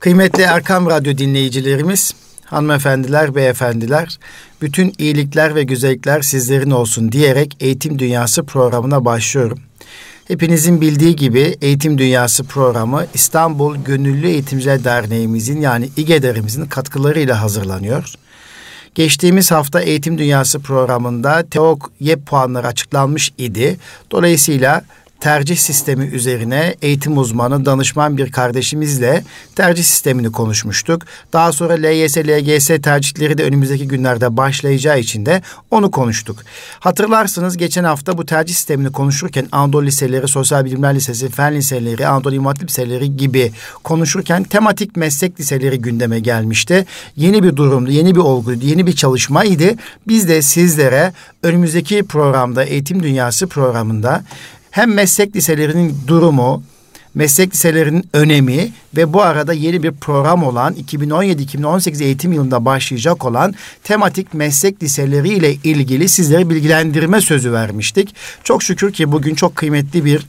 Kıymetli Erkam Radyo dinleyicilerimiz, hanımefendiler, beyefendiler, bütün iyilikler ve güzellikler sizlerin olsun diyerek Eğitim Dünyası programına başlıyorum. Hepinizin bildiği gibi Eğitim Dünyası programı İstanbul Gönüllü Eğitimciler Derneğimizin yani İGEDER'imizin katkılarıyla hazırlanıyor. Geçtiğimiz hafta Eğitim Dünyası programında TEOK YEP puanları açıklanmış idi. Dolayısıyla tercih sistemi üzerine eğitim uzmanı, danışman bir kardeşimizle tercih sistemini konuşmuştuk. Daha sonra LYS, LGS tercihleri de önümüzdeki günlerde başlayacağı için de onu konuştuk. Hatırlarsınız geçen hafta bu tercih sistemini konuşurken Anadolu Liseleri, Sosyal Bilimler Lisesi, Fen Liseleri, Anadolu İmam Hatip Liseleri gibi konuşurken tematik meslek liseleri gündeme gelmişti. Yeni bir durumdu, yeni bir olguydu, yeni bir çalışmaydı. Biz de sizlere önümüzdeki programda, Eğitim Dünyası programında hem meslek liselerinin durumu, meslek liselerinin önemi ve bu arada yeni bir program olan 2017-2018 eğitim yılında başlayacak olan tematik meslek liseleri ile ilgili sizlere bilgilendirme sözü vermiştik. Çok şükür ki bugün çok kıymetli bir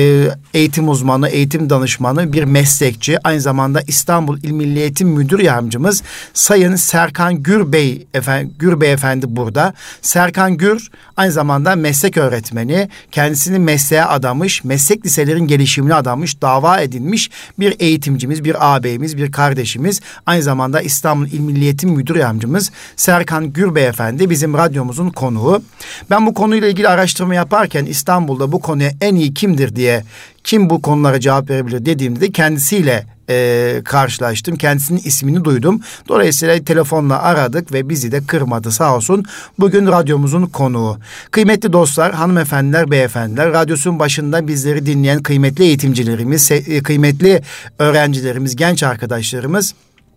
eğitim uzmanı, eğitim danışmanı, bir meslekçi, aynı zamanda İstanbul İl Milli Eğitim Müdür Yardımcımız Sayın Serkan Gürbey Efendi burada. Serkan Gür aynı zamanda meslek öğretmeni, kendisini mesleğe adamış, meslek liselerin gelişimine adamış, dava edilmiş bir eğitimcimiz, bir ağabeyimiz, bir kardeşimiz. Aynı zamanda İstanbul İl Milli Eğitim Müdür Yardımcımız Serkan Gürbey Efendi bizim radyomuzun konuğu. Ben bu konuyla ilgili araştırma yaparken İstanbul'da bu konuya en iyi kimdir diye, kim bu konulara cevap verebilir dediğimde de kendisiyle karşılaştım. Kendisinin ismini duydum. Dolayısıyla telefonla aradık ve bizi de kırmadı sağ olsun. Bugün radyomuzun konuğu. Kıymetli dostlar, hanımefendiler, beyefendiler, radyosun başında bizleri dinleyen kıymetli eğitimcilerimiz, kıymetli öğrencilerimiz, genç arkadaşlarımız,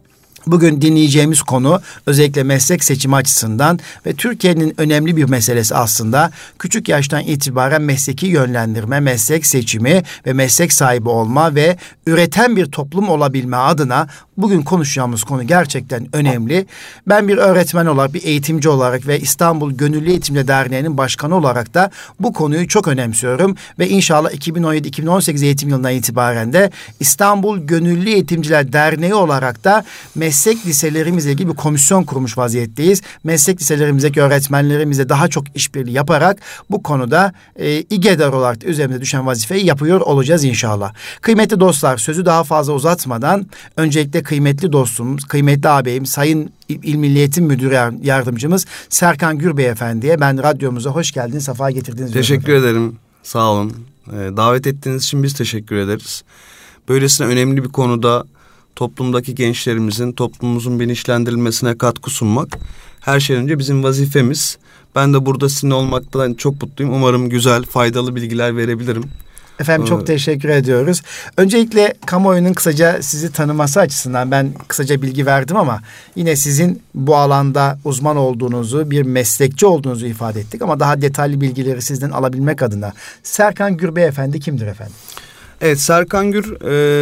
bugün dinleyeceğimiz konu özellikle meslek seçimi açısından ve Türkiye'nin önemli bir meselesi aslında küçük yaştan itibaren mesleki yönlendirme, meslek seçimi ve meslek sahibi olma ve üreten bir toplum olabilme adına bugün konuşacağımız konu gerçekten önemli. Ben bir öğretmen olarak, bir eğitimci olarak ve İstanbul Gönüllü Eğitimciler Derneği'nin başkanı olarak da bu konuyu çok önemsiyorum ve inşallah 2017-2018 eğitim yılından itibaren de İstanbul Gönüllü Eğitimciler Derneği olarak da meslek liselerimizle ilgili bir komisyon kurmuş vaziyetteyiz. Meslek liselerimizdeki öğretmenlerimizle daha çok işbirliği yaparak bu konuda İGEDER olarak da üzerimize düşen vazifeyi yapıyor olacağız inşallah. Kıymetli dostlar, sözü daha fazla uzatmadan öncelikle kıymetli dostumuz, kıymetli ağabeyim, Sayın İl Milli Eğitim Müdür Yardımcımız Serkan Gürbey Efendi'ye ben radyomuza hoş geldiniz, sefa getirdiniz. Teşekkür ederim, sağ olun. Davet ettiğiniz için biz teşekkür ederiz. Böylesine önemli bir konuda toplumdaki gençlerimizin, toplumumuzun bilinçlendirilmesine katkı sunmak her şeyden önce bizim vazifemiz. Ben de burada sizinle olmaktan çok mutluyum. Umarım güzel, faydalı bilgiler verebilirim. Efendim çok teşekkür ediyoruz. Öncelikle kamuoyunun kısaca sizi tanıması açısından ben kısaca bilgi verdim ama yine sizin bu alanda uzman olduğunuzu, bir meslekçi olduğunuzu ifade ettik ama daha detaylı bilgileri sizden alabilmek adına Serkan Gürbey Efendi kimdir efendim? Evet, Serkan Gür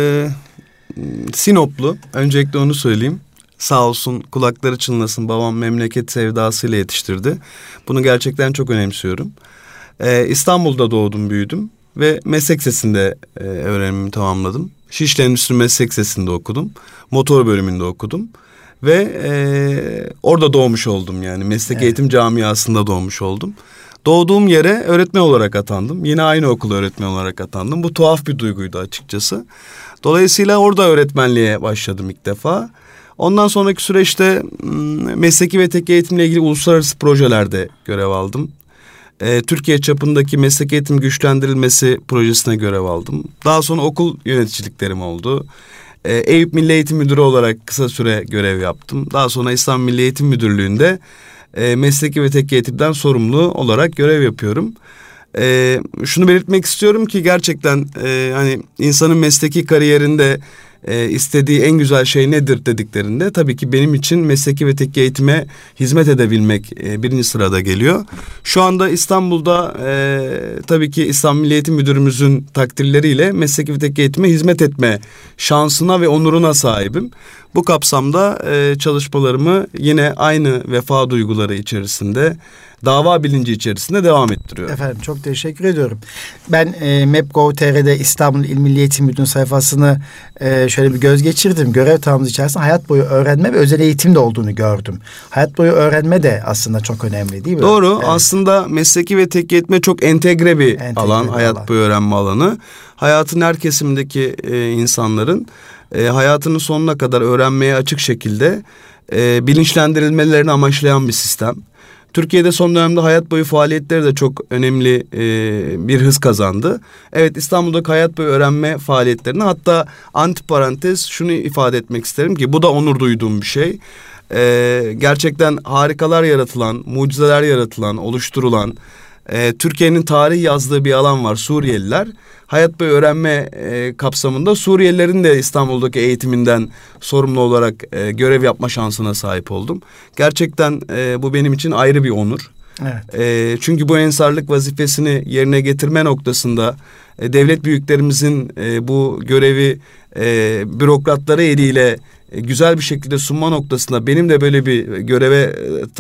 Sinoplu. Öncelikle onu söyleyeyim. Sağ olsun, kulakları çınlasın, babam memleket sevdasıyla yetiştirdi. Bunu gerçekten çok önemsiyorum. İstanbul'da doğdum, büyüdüm ve meslek lisesinde öğrenimimi tamamladım. Şişli Endüstri Meslek Lisesi'nde okudum. Motor bölümünde okudum. Ve orada doğmuş oldum, yani meslek eğitim camiasında doğmuş oldum. Doğduğum yere öğretmen olarak atandım. Yine aynı okula öğretmen olarak atandım. Bu tuhaf bir duyguydu açıkçası. Dolayısıyla orada öğretmenliğe başladım ilk defa. Ondan sonraki süreçte mesleki ve tek eğitimle ilgili uluslararası projelerde görev aldım. Türkiye çapındaki meslek eğitim güçlendirilmesi projesine görev aldım. Daha sonra okul yöneticiliklerim oldu. Eyüp Milli Eğitim Müdürü olarak kısa süre görev yaptım. Daha sonra İstanbul Milli Eğitim Müdürlüğü'nde mesleki ve tek eğitimden sorumlu olarak görev yapıyorum. Şunu belirtmek istiyorum ki gerçekten hani insanın mesleki kariyerinde istediği en güzel şey nedir dediklerinde tabii ki benim için mesleki ve tek eğitime hizmet edebilmek birinci sırada geliyor. Şu anda İstanbul'da tabii ki İstanbul Milli Eğitim Müdürümüzün takdirleriyle mesleki ve tek eğitime hizmet etme şansına ve onuruna sahibim. Bu kapsamda çalışmalarımı yine aynı vefa duyguları içerisinde, dava bilinci içerisinde devam ettiriyorum. Efendim çok teşekkür ediyorum. Ben Map.gov.tr'de İstanbul İl Milli Eğitim Müdürlüğü sayfasını şöyle bir göz geçirdim. Görev tanımımız içerisinde hayat boyu öğrenme ve özel eğitim de olduğunu gördüm. Hayat boyu öğrenme de aslında çok önemli değil mi? Doğru. Evet. Aslında mesleki ve tekki eğitime çok entegre bir alan. Hayat boyu öğrenme alanı. Hayatın her kesimindeki insanların hayatının sonuna kadar öğrenmeye açık şekilde bilinçlendirilmelerini amaçlayan bir sistem. Türkiye'de son dönemde hayat boyu faaliyetleri de çok önemli bir hız kazandı. Evet, İstanbul'daki hayat boyu öğrenme faaliyetlerini, hatta antiparantez şunu ifade etmek isterim ki bu da onur duyduğum bir şey. Gerçekten harikalar yaratılan, mucizeler yaratılan, oluşturulan, Türkiye'nin tarih yazdığı bir alan var, Suriyeliler. Hayat boyu öğrenme kapsamında Suriyelilerin de İstanbul'daki eğitiminden sorumlu olarak görev yapma şansına sahip oldum. Gerçekten bu benim için ayrı bir onur. Evet. Çünkü bu ensarlık vazifesini yerine getirme noktasında devlet büyüklerimizin bu görevi bürokratları eliyle güzel bir şekilde sunma noktasında benim de böyle bir göreve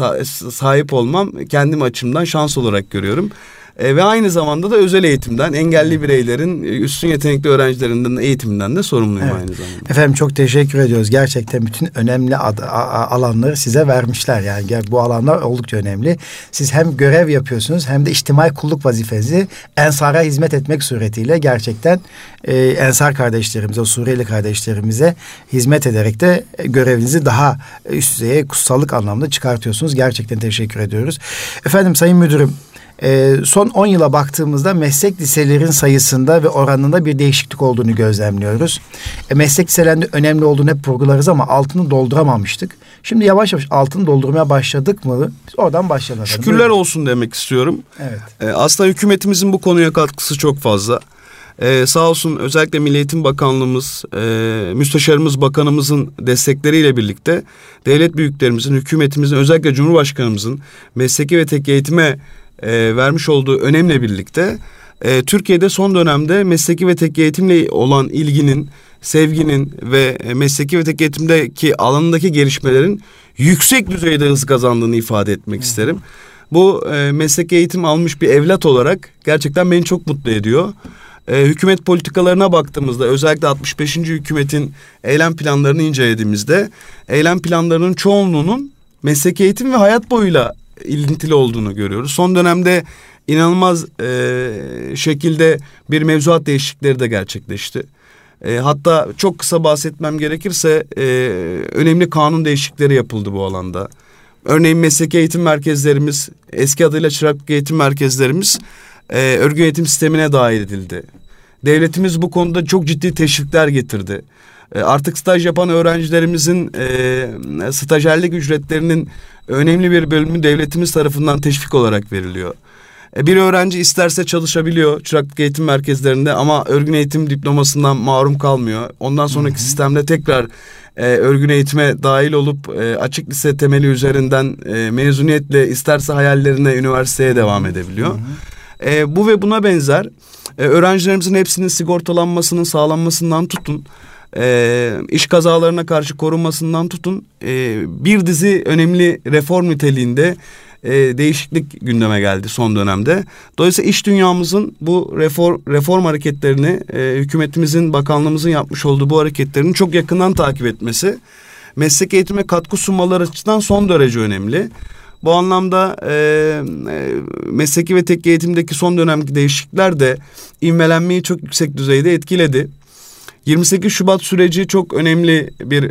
sahip olmam kendim açımdan şans olarak görüyorum. Ve aynı zamanda da özel eğitimden, engelli bireylerin, üstün yetenekli öğrencilerinden eğitiminden de sorumluyum, evet, aynı zamanda. Efendim çok teşekkür ediyoruz. Gerçekten bütün önemli alanları size vermişler. Yani bu alanlar oldukça önemli. Siz hem görev yapıyorsunuz hem de içtimai kulluk vazifesi ensara hizmet etmek suretiyle gerçekten ensar kardeşlerimize, o Suriyeli kardeşlerimize hizmet ederek de görevinizi daha üst düzeye kutsallık anlamda çıkartıyorsunuz. Gerçekten teşekkür ediyoruz. Efendim Sayın Müdürüm, son 10 yıla baktığımızda meslek liselerin sayısında ve oranında bir değişiklik olduğunu gözlemliyoruz. Meslek liselerinde önemli olduğunu hep vurgularız ama altını dolduramamıştık. Şimdi yavaş yavaş altını doldurmaya başladık mı? Biz oradan başlayalım. Şükürler olsun demek istiyorum. Evet. Aslında hükümetimizin bu konuya katkısı çok fazla. Sağ olsun özellikle Milli Eğitim Bakanlığımız, Müsteşarımız, Bakanımızın destekleriyle birlikte devlet büyüklerimizin, hükümetimizin, özellikle Cumhurbaşkanımızın mesleki ve tekki eğitime vermiş olduğu önemle birlikte Türkiye'de son dönemde mesleki ve tekki eğitimle olan ilginin, sevginin ve mesleki ve tekki eğitimdeki alanındaki gelişmelerin yüksek düzeyde hız kazandığını ifade etmek isterim. Bu mesleki eğitim almış bir evlat olarak gerçekten beni çok mutlu ediyor. Hükümet politikalarına baktığımızda, özellikle 65. hükümetin eylem planlarını incelediğimizde eylem planlarının çoğunluğunun mesleki eğitim ve hayat boyuyla ilintili olduğunu görüyoruz. Son dönemde inanılmaz şekilde bir mevzuat değişiklikleri de gerçekleşti. Hatta çok kısa bahsetmem gerekirse önemli kanun değişiklikleri yapıldı bu alanda. Örneğin mesleki eğitim merkezlerimiz, eski adıyla çıraklık eğitim merkezlerimiz örgün eğitim sistemine dahil edildi. Devletimiz bu konuda çok ciddi teşvikler getirdi. Artık staj yapan öğrencilerimizin stajyerlik ücretlerinin önemli bir bölümü devletimiz tarafından teşvik olarak veriliyor. Bir öğrenci isterse çalışabiliyor çıraklık eğitim merkezlerinde ama örgün eğitim diplomasından mahrum kalmıyor. Ondan sonraki sistemde tekrar örgün eğitime dahil olup açık lise temeli üzerinden mezuniyetle isterse hayallerine, üniversiteye devam edebiliyor. Bu ve buna benzer öğrencilerimizin hepsinin sigortalanmasının sağlanmasından tutun, iş kazalarına karşı korunmasından tutun, bir dizi önemli reform niteliğinde değişiklik gündeme geldi son dönemde. Dolayısıyla iş dünyamızın bu reform hareketlerini, hükümetimizin, bakanlığımızın yapmış olduğu bu hareketlerini çok yakından takip etmesi, meslek eğitime katkı sunmaları açısından son derece önemli. Bu anlamda mesleki ve tekki eğitimdeki son dönemki değişiklikler de ivmelenmeyi çok yüksek düzeyde etkiledi. 28 Şubat süreci çok önemli bir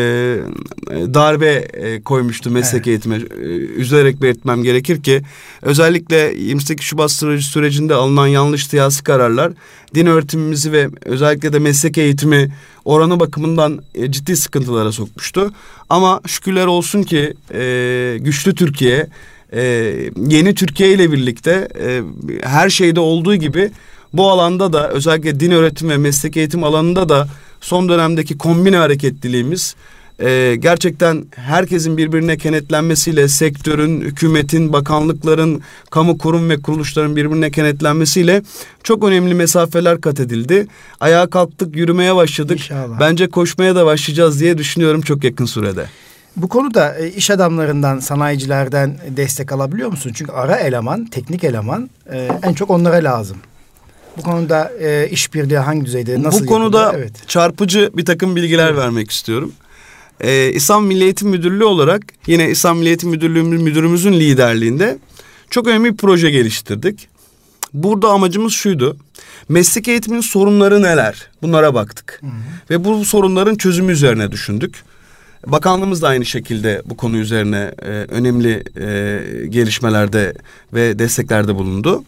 darbe koymuştu meslek eğitime. Üzülerek belirtmem gerekir ki özellikle 28 Şubat sürecinde alınan yanlış siyasi kararlar din öğretimimizi ve özellikle de meslek eğitimi oranı bakımından ciddi sıkıntılara sokmuştu. Ama şükürler olsun ki güçlü Türkiye, yeni Türkiye ile birlikte her şeyde olduğu gibi bu alanda da özellikle din öğretim ve meslek eğitim alanında da son dönemdeki kombine hareketliliğimiz gerçekten herkesin birbirine kenetlenmesiyle, sektörün, hükümetin, bakanlıkların, kamu kurum ve kuruluşların birbirine kenetlenmesiyle çok önemli mesafeler kat edildi. Ayağa kalktık, yürümeye başladık. İnşallah. Bence koşmaya da başlayacağız diye düşünüyorum çok yakın sürede. Bu konuda iş adamlarından, sanayicilerden destek alabiliyor musun? Çünkü ara eleman, teknik eleman en çok onlara lazım. Bu konuda işbirliği hangi düzeyde, nasıl Bu konuda yapılıyor? Evet. çarpıcı bir takım bilgiler vermek istiyorum. İstanbul Milli Eğitim Müdürlüğü olarak yine İstanbul Milli Eğitim Müdürümüzün liderliğinde çok önemli bir proje geliştirdik. Burada amacımız şuydu. Meslek eğitiminin sorunları neler? Bunlara baktık. Ve bu sorunların çözümü üzerine düşündük. Bakanlığımız da aynı şekilde bu konu üzerine önemli gelişmelerde ve desteklerde bulundu.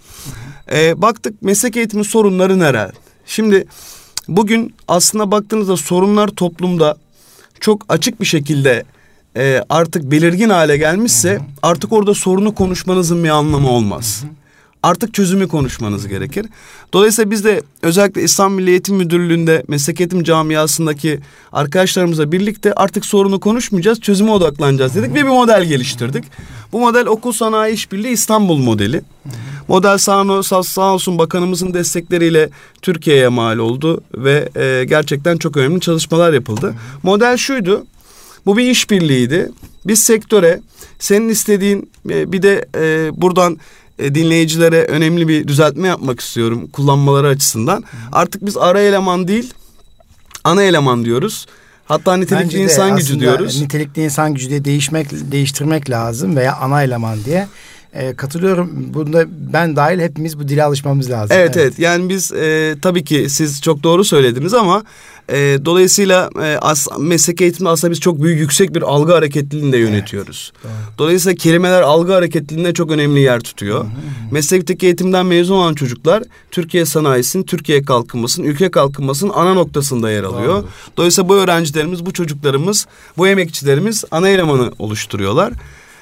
Baktık meslek eğitimi sorunları neler? Şimdi bugün aslında baktığınızda sorunlar toplumda çok açık bir şekilde artık belirgin hale gelmişse artık orada sorunu konuşmanızın bir anlamı olmaz. Artık çözümü konuşmanız gerekir. Dolayısıyla biz de özellikle İstanbul Milli Eğitim Müdürlüğü'nde meslek eğitim camiasındaki arkadaşlarımızla birlikte artık sorunu konuşmayacağız, çözüme odaklanacağız dedik ve bir model geliştirdik. Bu model Okul Sanayi İşbirliği İstanbul modeli. Model sağ olsun bakanımızın destekleriyle Türkiye'ye mal oldu ve gerçekten çok önemli çalışmalar yapıldı. Model şuydu, bu bir işbirliğiydi. Biz sektöre senin istediğin bir de buradan dinleyicilere önemli bir düzeltme yapmak istiyorum kullanmaları açısından. Artık biz ara eleman değil, ana eleman diyoruz. Hatta nitelikli insan gücü diyoruz. Nitelikli insan gücü diye değiştirmek lazım veya ana eleman diye. Katılıyorum. Bunda ben dahil hepimiz bu dile alışmamız lazım. Evet. Yani biz tabii ki siz çok doğru söylediniz ama dolayısıyla meslek eğitiminde aslında biz çok yüksek bir algı hareketliliğini de yönetiyoruz. Evet, dolayısıyla kelimeler algı hareketliliğinde çok önemli yer tutuyor. Meslekteki eğitimden mezun olan çocuklar Türkiye sanayisinin, Türkiye kalkınmasının, ülke kalkınmasının ana noktasında yer alıyor. Doğru. Dolayısıyla bu öğrencilerimiz, bu çocuklarımız, bu emekçilerimiz ana elemanı oluşturuyorlar.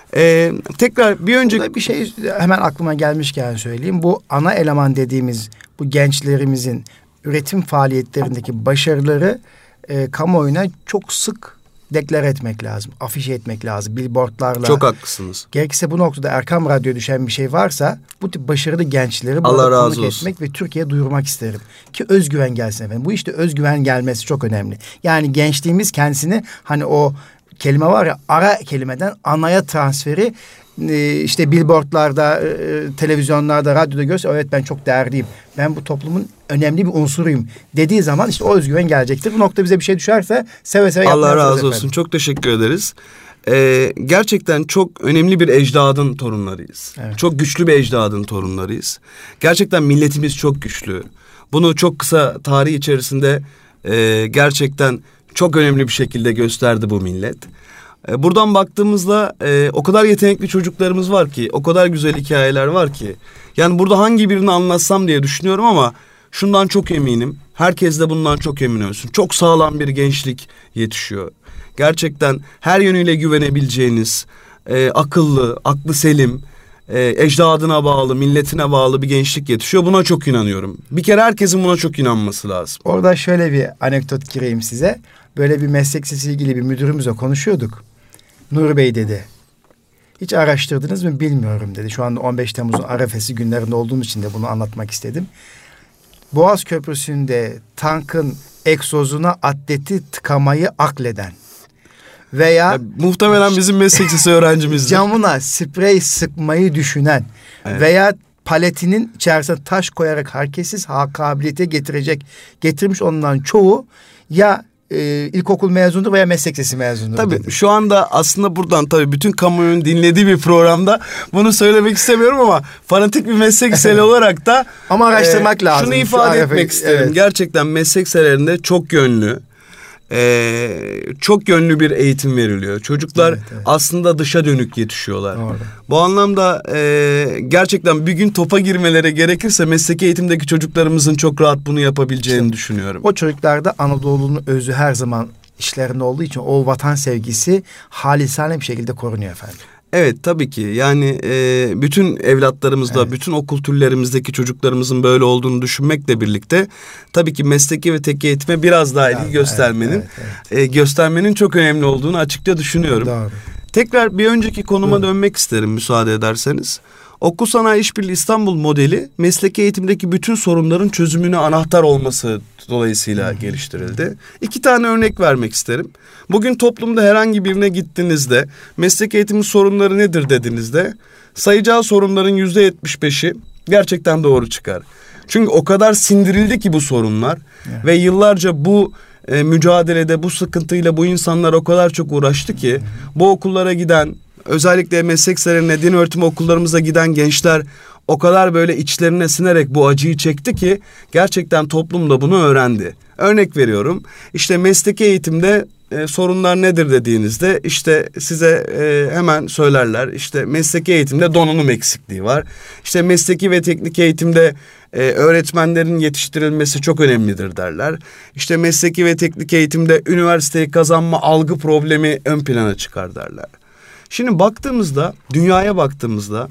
Tekrar bir önceki... Burada bir şey hemen aklıma gelmişken söyleyeyim. Bu ana eleman dediğimiz bu gençlerimizin üretim faaliyetlerindeki başarıları kamuoyuna çok sık deklar etmek lazım. Afişe etmek lazım. Billboardlarla. Çok haklısınız. Gerekirse bu noktada Erkam Radyo düşen bir şey varsa bu tip başarılı gençleri Allah razı konuk etmek ve Türkiye'ye duyurmak isterim. Ki özgüven gelsin efendim. Bu işte özgüven gelmesi çok önemli. Yani gençliğimiz kendisini hani o kelime var ya ara kelimeden anaya transferi işte billboardlarda, televizyonlarda, radyoda görse evet ben çok değerliyim. Ben bu toplumun önemli bir unsuruyum dediği zaman işte o özgüven gelecektir. Bu nokta bize bir şey düşerse seve seve yapmaya Allah razı olsun. Efendim. Çok teşekkür ederiz. Gerçekten çok önemli bir ecdadın torunlarıyız. Evet. Çok güçlü bir ecdadın torunlarıyız. Gerçekten milletimiz çok güçlü. Bunu çok kısa tarih içerisinde gerçekten çok önemli bir şekilde gösterdi bu millet. Buradan baktığımızda o kadar yetenekli çocuklarımız var ki, o kadar güzel hikayeler var ki. Yani burada hangi birini anlatsam diye düşünüyorum ama şundan çok eminim. Herkes de bundan çok emin olsun. Çok sağlam bir gençlik yetişiyor. Gerçekten her yönüyle güvenebileceğiniz, aklı selim, ecdadına bağlı, milletine bağlı bir gençlik yetişiyor. Buna çok inanıyorum. Bir kere herkesin buna çok inanması lazım. Orada şöyle bir anekdot gireyim size. Böyle bir meslek lisesiyle ilgili bir müdürümüzle konuşuyorduk. Nur Bey dedi. Hiç araştırdınız mı bilmiyorum dedi. Şu anda 15 Temmuz'un arefesi günlerinde olduğum için de bunu anlatmak istedim. Boğaz Köprüsü'nde tankın egzozuna atleti tıkamayı akleden veya muhtemelen bizim meslek lisesi öğrencimizdir. Camına sprey sıkmayı düşünen veya paletinin içerisine taş koyarak hareketsiz kabiliyete getirmiş onların çoğu ya ilkokul mezunudur veya meslek lisesi mezunudur. Tabii dedi. Şu anda aslında buradan tabii bütün kamuoyunun dinlediği bir programda bunu söylemek istemiyorum ama fanatik bir meslek liseli olarak da ama araştırmak lazım. Şunu ifade etmek isterim. Evet. Gerçekten meslek liselerinde çok yönlü bir eğitim veriliyor. Çocuklar aslında dışa dönük yetişiyorlar. Doğru. Bu anlamda gerçekten bir gün topa girmeleri gerekirse mesleki eğitimdeki çocuklarımızın çok rahat bunu yapabileceğini düşünüyorum. O çocuklarda Anadolu'nun özü her zaman işlerinde olduğu için o vatan sevgisi halisane bir şekilde korunuyor efendim. Evet, tabii ki. Yani bütün evlatlarımızda, evet, bütün okul türlerimizdeki çocuklarımızın böyle olduğunu düşünmekle birlikte tabii ki mesleki ve teknik eğitime biraz daha ilgi göstermenin, göstermenin çok önemli olduğunu açıkça düşünüyorum. Doğru. Tekrar bir önceki konuma dönmek isterim müsaade ederseniz. Okul Sanayi İşbirliği İstanbul modeli mesleki eğitimdeki bütün sorunların çözümüne anahtar olması dolayısıyla geliştirildi. 2 tane örnek vermek isterim. Bugün toplumda herhangi birine gittiğinizde mesleki eğitimin sorunları nedir dediğinizde sayacağı sorunların %75'i gerçekten doğru çıkar. Çünkü o kadar sindirildi ki bu sorunlar ve yıllarca bu mücadelede, bu sıkıntıyla bu insanlar o kadar çok uğraştı ki bu okullara giden, özellikle meslek liselerine, din öğretimi okullarımıza giden gençler o kadar böyle içlerine sinerek bu acıyı çekti ki gerçekten toplum da bunu öğrendi. Örnek veriyorum, işte mesleki eğitimde sorunlar nedir dediğinizde işte size hemen söylerler. İşte mesleki eğitimde donanım eksikliği var. İşte mesleki ve teknik eğitimde öğretmenlerin yetiştirilmesi çok önemlidir derler. İşte mesleki ve teknik eğitimde üniversiteyi kazanma algı problemi ön plana çıkar derler. Şimdi baktığımızda, dünyaya baktığımızda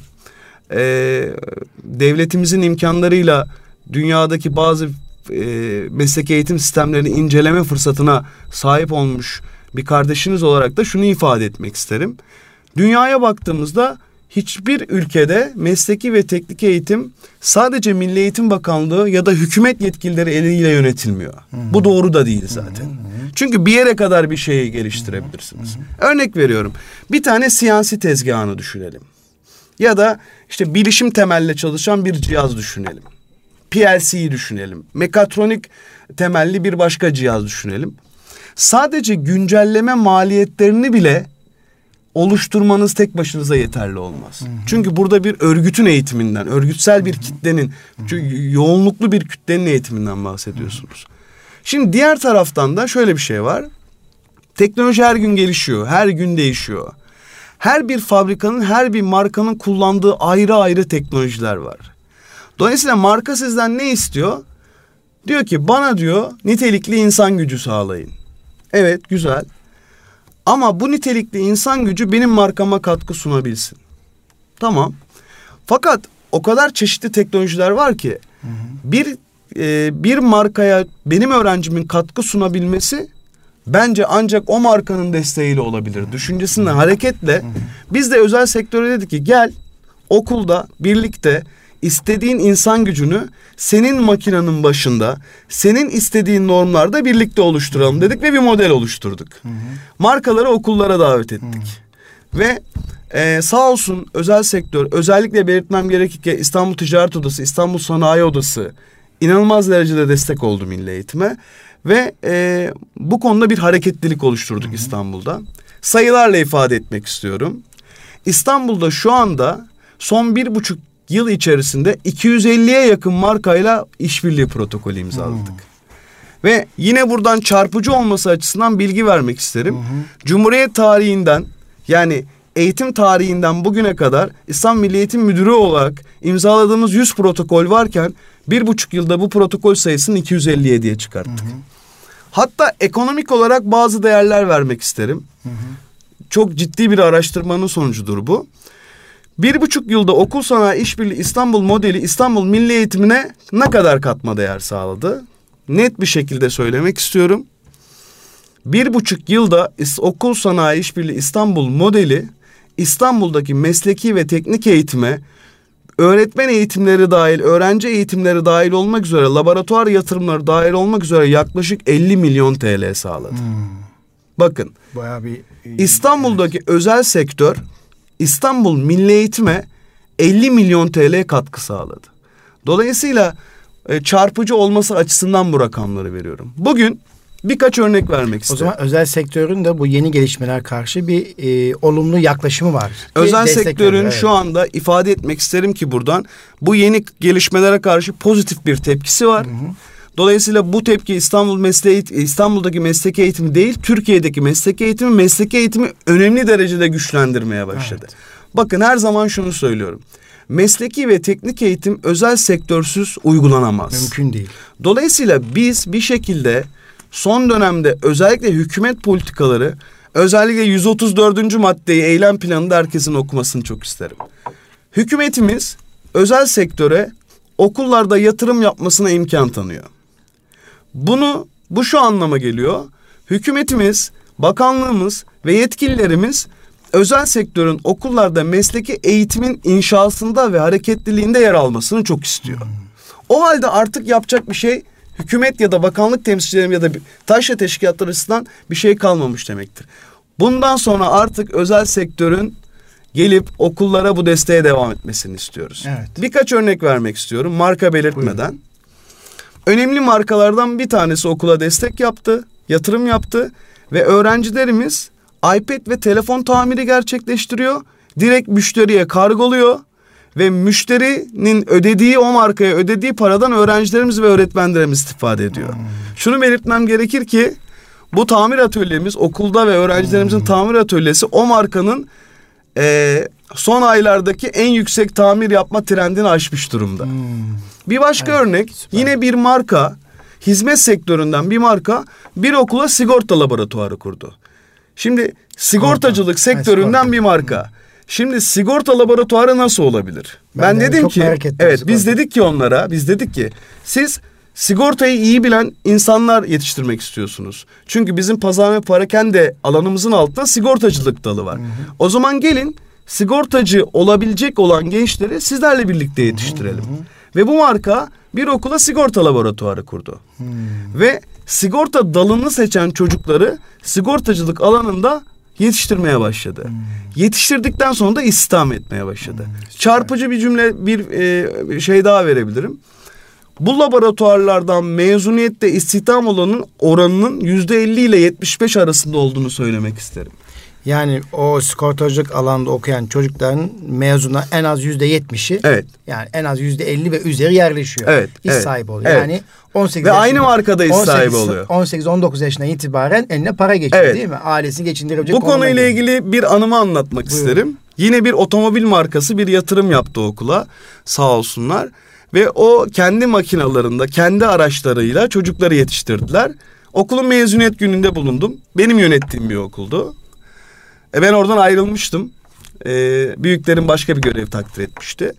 devletimizin imkanlarıyla dünyadaki bazı mesleki eğitim sistemlerini inceleme fırsatına sahip olmuş bir kardeşiniz olarak da şunu ifade etmek isterim. Dünyaya baktığımızda hiçbir ülkede mesleki ve teknik eğitim sadece Milli Eğitim Bakanlığı ya da hükümet yetkilileri eliyle yönetilmiyor. Bu doğru da değil zaten. Çünkü bir yere kadar bir şeyi geliştirebilirsiniz. Örnek veriyorum. Bir tane siyasi tezgahını düşünelim. Ya da işte bilişim temelli çalışan bir cihaz düşünelim. PLC'yi düşünelim. Mekatronik temelli bir başka cihaz düşünelim. Sadece güncelleme maliyetlerini bile oluşturmanız tek başınıza yeterli olmaz. Çünkü burada bir örgütün eğitiminden, örgütsel bir kitlenin, yoğunluklu bir kütlenin eğitiminden bahsediyorsunuz. Şimdi diğer taraftan da şöyle bir şey var. Teknoloji her gün gelişiyor, her gün değişiyor. Her bir fabrikanın, her bir markanın kullandığı ayrı ayrı teknolojiler var. Dolayısıyla marka sizden ne istiyor? Diyor ki bana diyor nitelikli insan gücü sağlayın. Evet, güzel. Ama bu nitelikli insan gücü benim markama katkı sunabilsin. Tamam. Fakat o kadar çeşitli teknolojiler var ki bir markaya benim öğrencimin katkı sunabilmesi bence ancak o markanın desteğiyle olabilir. Düşüncesinden hareketle biz de özel sektöre dedik ki gel okulda birlikte istediğin insan gücünü senin makinenin başında, senin istediğin normlarda birlikte oluşturalım dedik ve bir model oluşturduk. Markaları okullara davet ettik. Ve sağ olsun özel sektör, özellikle belirtmem gerekir ki İstanbul Ticaret Odası, İstanbul Sanayi Odası inanılmaz derecede destek oldu milli eğitime. Ve bu konuda bir hareketlilik oluşturduk İstanbul'da. Sayılarla ifade etmek istiyorum. İstanbul'da şu anda son 1,5 yıl içerisinde 250'ye yakın markayla işbirliği protokolü imzaladık. Ve yine buradan çarpıcı olması açısından bilgi vermek isterim. Cumhuriyet tarihinden, yani eğitim tarihinden bugüne kadar İstanbul Milli Eğitim Müdürü olarak imzaladığımız 100 protokol varken 1,5 yılda bu protokol sayısını 257'ye çıkarttık. Hatta ekonomik olarak bazı değerler vermek isterim. Çok ciddi bir araştırmanın sonucudur bu. 1,5 yılda Okul Sanayi İşbirliği İstanbul modeli İstanbul Milli Eğitimine ne kadar katma değer sağladı? Net bir şekilde söylemek istiyorum. 1,5 yılda Okul Sanayi İşbirliği İstanbul modeli İstanbul'daki mesleki ve teknik eğitime öğretmen eğitimleri dahil, öğrenci eğitimleri dahil olmak üzere, laboratuvar yatırımları dahil olmak üzere yaklaşık 50 milyon TL sağladı. Bakın, bayağı bir İstanbul'daki özel sektör İstanbul Milli Eğitim'e 50 milyon TL katkı sağladı. Dolayısıyla çarpıcı olması açısından bu rakamları veriyorum. Bugün birkaç örnek vermek istedim. O zaman özel sektörün de bu yeni gelişmeler karşı bir olumlu yaklaşımı var. Özel sektörün şu anda ifade etmek isterim ki buradan bu gelişmelere karşı pozitif bir tepkisi var. Dolayısıyla bu tepki İstanbul'daki mesleki eğitimi değil, Türkiye'deki mesleki eğitimi önemli derecede güçlendirmeye başladı. Evet. Bakın her zaman şunu söylüyorum. Mesleki ve teknik eğitim özel sektörsüz uygulanamaz. Mümkün değil. Dolayısıyla biz bir şekilde son dönemde özellikle hükümet politikaları özellikle 134. maddeyi eylem planında herkesin okumasını çok isterim. Hükümetimiz özel sektöre okullarda yatırım yapmasına imkan tanıyor. Bu şu anlama geliyor. Hükümetimiz, bakanlığımız ve yetkililerimiz özel sektörün okullarda mesleki eğitimin inşasında ve hareketliliğinde yer almasını çok istiyor. O halde artık yapacak bir şey hükümet ya da bakanlık temsilcileri ya da taşra teşkilatları açısından bir şey kalmamış demektir. Bundan sonra artık özel sektörün gelip okullara bu desteğe devam etmesini istiyoruz. Evet. Birkaç örnek vermek istiyorum marka belirtmeden. Buyurun. Önemli markalardan bir tanesi okula destek yaptı, yatırım yaptı ve öğrencilerimiz iPad ve telefon tamiri gerçekleştiriyor. Direkt müşteriye kargoluyor ve müşterinin ödediği o markaya ödediği paradan öğrencilerimiz ve öğretmenlerimiz istifade ediyor. Şunu belirtmem gerekir ki bu tamir atölyemiz okulda ve öğrencilerimizin tamir atölyesi o markanın son aylardaki en yüksek tamir yapma trendini aşmış durumda. Bir başka örnek süper. Yine bir marka hizmet sektöründen bir marka bir okula sigorta laboratuvarı kurdu. Şimdi sigortacılık sektöründen bir marka. Şimdi sigorta laboratuvarı nasıl olabilir? Ben dedim ki evet biz dedik ki siz sigortayı iyi bilen insanlar yetiştirmek istiyorsunuz. Çünkü bizim pazar ve parakende alanımızın altında sigortacılık dalı var. O zaman gelin sigortacı olabilecek olan gençleri sizlerle birlikte yetiştirelim. Ve bu marka bir okula sigorta laboratuvarı kurdu. Ve sigorta dalını seçen çocukları sigortacılık alanında yetiştirmeye başladı. Yetiştirdikten sonra da istihdam etmeye başladı. Çarpıcı bir cümle, bir şey daha verebilirim. Bu laboratuvarlardan mezuniyette istihdam oranının %50 ile 75 arasında olduğunu söylemek isterim. Yani o sigortacılık alanında okuyan çocukların mezuna en az %70'i evet. Yani en az %50 ve üzeri yerleşiyor. Evet. İş sahibi oluyor. Evet. Yani 18 ve aynı markada iş sahibi oluyor. 18-19 yaşından itibaren eline para geçiyor evet. değil mi? Ailesini geçindirebilecek. Bu konuyla ilgili bir anımı anlatmak isterim. Yine bir otomobil markası bir yatırım yaptı okula. Sağ olsunlar. Ve o kendi makinalarında, kendi araçlarıyla çocukları yetiştirdiler. Okulun mezuniyet gününde bulundum. Benim yönettiğim bir okuldu. Ben oradan ayrılmıştım. Büyüklerim başka bir görev takdir etmişti.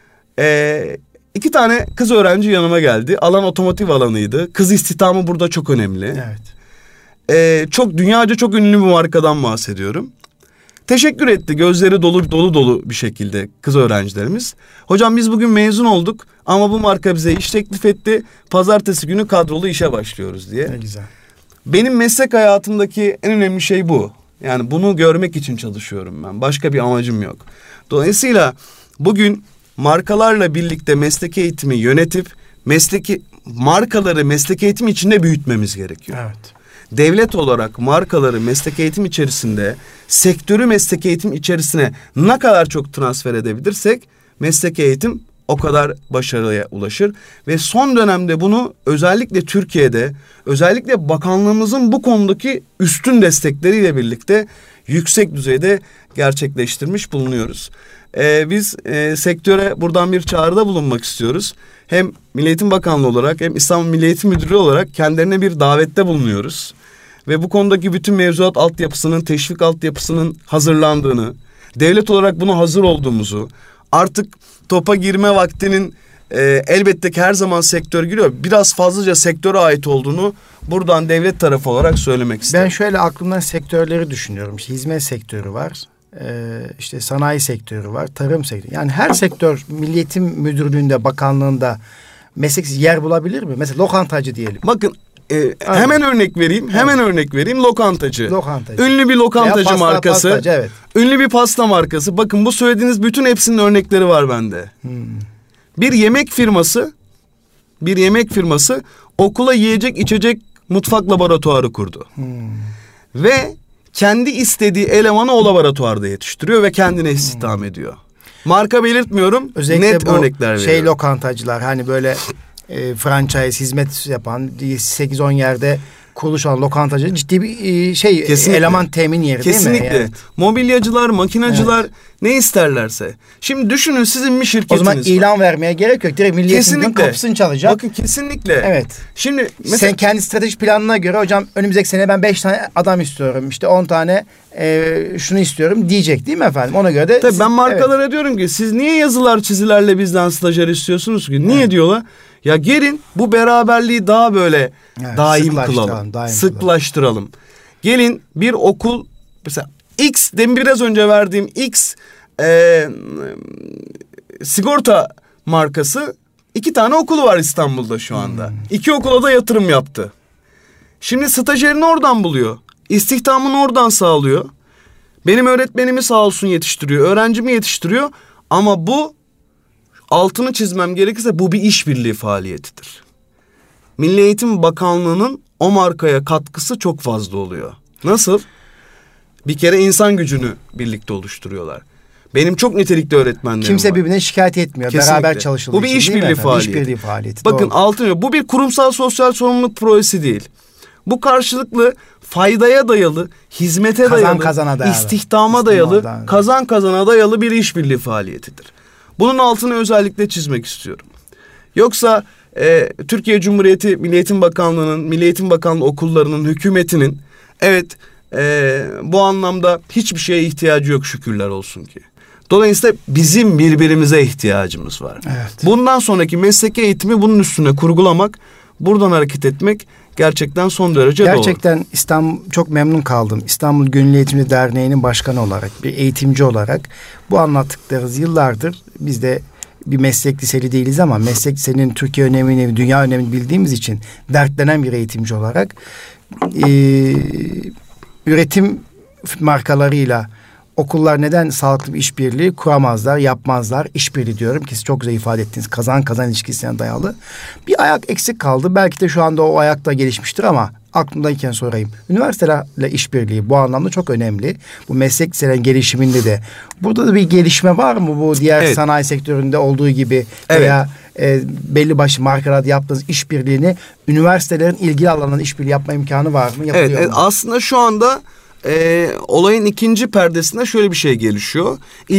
2 tane kız öğrenci yanıma geldi. Alan otomotiv alanıydı. Kız istihdamı burada çok önemli. Evet. Dünyaca çok ünlü bir markadan bahsediyorum. Teşekkür etti. Gözleri dolu bir şekilde kız öğrencilerimiz. Hocam biz bugün mezun olduk ama bu marka bize iş teklif etti. Pazartesi günü kadrolu işe başlıyoruz diye. Ne güzel. Benim meslek hayatımdaki en önemli şey bu. Yani bunu görmek için çalışıyorum ben. Başka bir amacım yok. Dolayısıyla bugün markalarla birlikte meslek eğitimi yönetip markaları meslek eğitimi içinde büyütmemiz gerekiyor. Evet. Devlet olarak markaları meslek eğitim içerisinde, sektörü meslek eğitim içerisine ne kadar çok transfer edebilirsek meslek eğitim o kadar başarıya ulaşır. Ve son dönemde bunu özellikle Türkiye'de, özellikle bakanlığımızın bu konudaki üstün destekleriyle birlikte yüksek düzeyde gerçekleştirmiş bulunuyoruz. Biz sektöre buradan bir çağrıda bulunmak istiyoruz. Hem Milli Eğitim Bakanlığı olarak hem İstanbul Milli Eğitim Müdürlüğü olarak kendilerine bir davette bulunuyoruz. Ve bu konudaki bütün mevzuat altyapısının, teşvik altyapısının hazırlandığını, devlet olarak buna hazır olduğumuzu, artık topa girme vaktinin elbette ki her zaman sektör giriyor. Biraz fazlaca sektöre ait olduğunu buradan devlet tarafı olarak söylemek isterim. Ben şöyle aklımdan sektörleri düşünüyorum. İşte hizmet sektörü var. İşte sanayi sektörü var. Tarım sektörü. Yani her sektör Milli Eğitim Müdürlüğü'nde, bakanlığında mesleksiz yer bulabilir mi? Mesela lokantacı diyelim. Bakın hemen örnek vereyim. Lokantacı. Ünlü bir lokantacı markası. Pastacı, evet. Ünlü bir pasta markası. Bakın bu söylediğiniz bütün hepsinin örnekleri var bende. Bir yemek firması okula yiyecek içecek mutfak laboratuvarı kurdu. Ve kendi istediği elemanı o laboratuvarda yetiştiriyor ve kendine istihdam ediyor. Marka belirtmiyorum. Özellikle net örnekler veriyorum. Lokantacılar hani böyle franchise hizmet yapan 8-10 yerde kuruluş olan lokantacı ciddi bir eleman temin yeri kesinlikle. Değil mi? Evet. Mobilyacılar, makinacılar ne isterlerse. Şimdi düşünün sizin bir şirketiniz var. O zaman ilan vermeye gerek yok. Direkt Milliyetin kapısını çalacak. Bakın kesinlikle. Evet. Şimdi mesela sen kendi strateji planına göre hocam önümüzdeki sene ben 5 tane adam istiyorum. İşte 10 tane şunu istiyorum diyecek değil mi efendim? Ona göre de tabii ben markalara diyorum ki siz niye yazılar çizilerle bizden stajyer istiyorsunuz ki? Niye diyorlar? Ya gelin bu beraberliği daha böyle daim kılalım. Sıklaştıralım. Gelin bir okul mesela X demin biraz önce verdiğim X sigorta markası 2 tane okulu var İstanbul'da şu anda. 2 okula da yatırım yaptı. Şimdi stajyerini oradan buluyor. İstihdamını oradan sağlıyor. Benim öğretmenimi sağ olsun yetiştiriyor. Öğrencimi yetiştiriyor. Ama bu altını çizmem gerekirse bu bir işbirliği faaliyetidir. Milli Eğitim Bakanlığı'nın o markaya katkısı çok fazla oluyor. Nasıl? Bir kere insan gücünü birlikte oluşturuyorlar. Benim çok nitelikli öğretmenlerim kimse var. birbirine şikayet etmiyor. Kesinlikle. Beraber çalışılıyor. Bu bir işbirliği faaliyeti. İşbirliği faaliyeti. Bakın altını, bu bir kurumsal sosyal sorumluluk projesi değil. Bu karşılıklı faydaya dayalı, hizmete dayalı, istihdama dayalı, kazan kazana dayalı bir işbirliği faaliyetidir. Bunun altını özellikle çizmek istiyorum. Yoksa Türkiye Cumhuriyeti Milli Eğitim Bakanlığı'nın, Milli Eğitim Bakanlığı okullarının, hükümetinin evet bu anlamda hiçbir şeye ihtiyacı yok şükürler olsun ki. Dolayısıyla bizim birbirimize ihtiyacımız var. Evet. Bundan sonraki meslek eğitimi bunun üstüne kurgulamak, buradan hareket etmek gerçekten son derece doğru. Gerçekten çok memnun kaldım. İstanbul Gönüllü Eğitimci Derneği'nin başkanı olarak, bir eğitimci olarak bu anlattıklarınız yıllardır biz de bir meslek liseli değiliz ama meslek lisenin Türkiye önemini, dünya önemini bildiğimiz için dertlenen bir eğitimci olarak üretim markalarıyla okullar neden sağlıklı bir işbirliği kuramazlar, yapmazlar? İşbirliği diyorum ki siz çok güzel ifade ettiniz. Kazan kazan ilişkisine dayalı. Bir ayak eksik kaldı. Belki de şu anda o ayak da gelişmiştir ama aklımdayken sorayım. Üniversitelerle işbirliği bu anlamda çok önemli. Bu meslek liselerin gelişiminde de. Burada da bir gelişme var mı bu diğer sanayi sektöründe olduğu gibi veya belli başlı markalarda yaptığınız işbirliğini üniversitelerin ilgili alanlarında işbirliği yapma imkanı var mı? Yapılıyor mu? Aslında şu anda olayın ikinci perdesinde şöyle bir şey gelişiyor.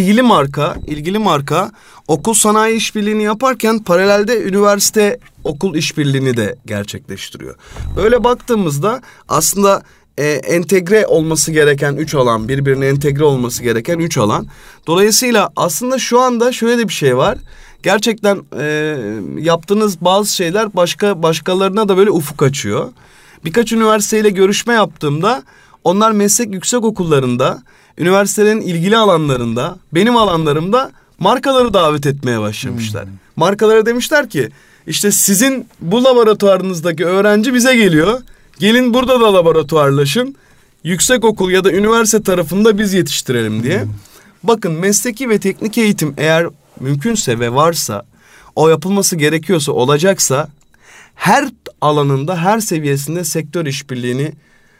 İlgili marka okul sanayi işbirliğini yaparken paralelde üniversite okul işbirliğini de gerçekleştiriyor. Böyle baktığımızda aslında entegre olması gereken 3 alan, birbirine entegre olması gereken 3 alan. Dolayısıyla aslında şu anda şöyle de bir şey var. Gerçekten yaptığınız bazı şeyler başkalarına da böyle ufuk açıyor. Birkaç üniversiteyle görüşme yaptığımda onlar meslek yüksek okullarında, üniversitelerin ilgili alanlarında, benim alanlarımda markaları davet etmeye başlamışlar. Markalara demişler ki işte sizin bu laboratuvarınızdaki öğrenci bize geliyor. Gelin burada da laboratuvarlaşın. Yüksek okul ya da üniversite tarafında biz yetiştirelim diye. Bakın mesleki ve teknik eğitim eğer mümkünse ve varsa, o yapılması gerekiyorsa, olacaksa her alanında, her seviyesinde sektör işbirliğini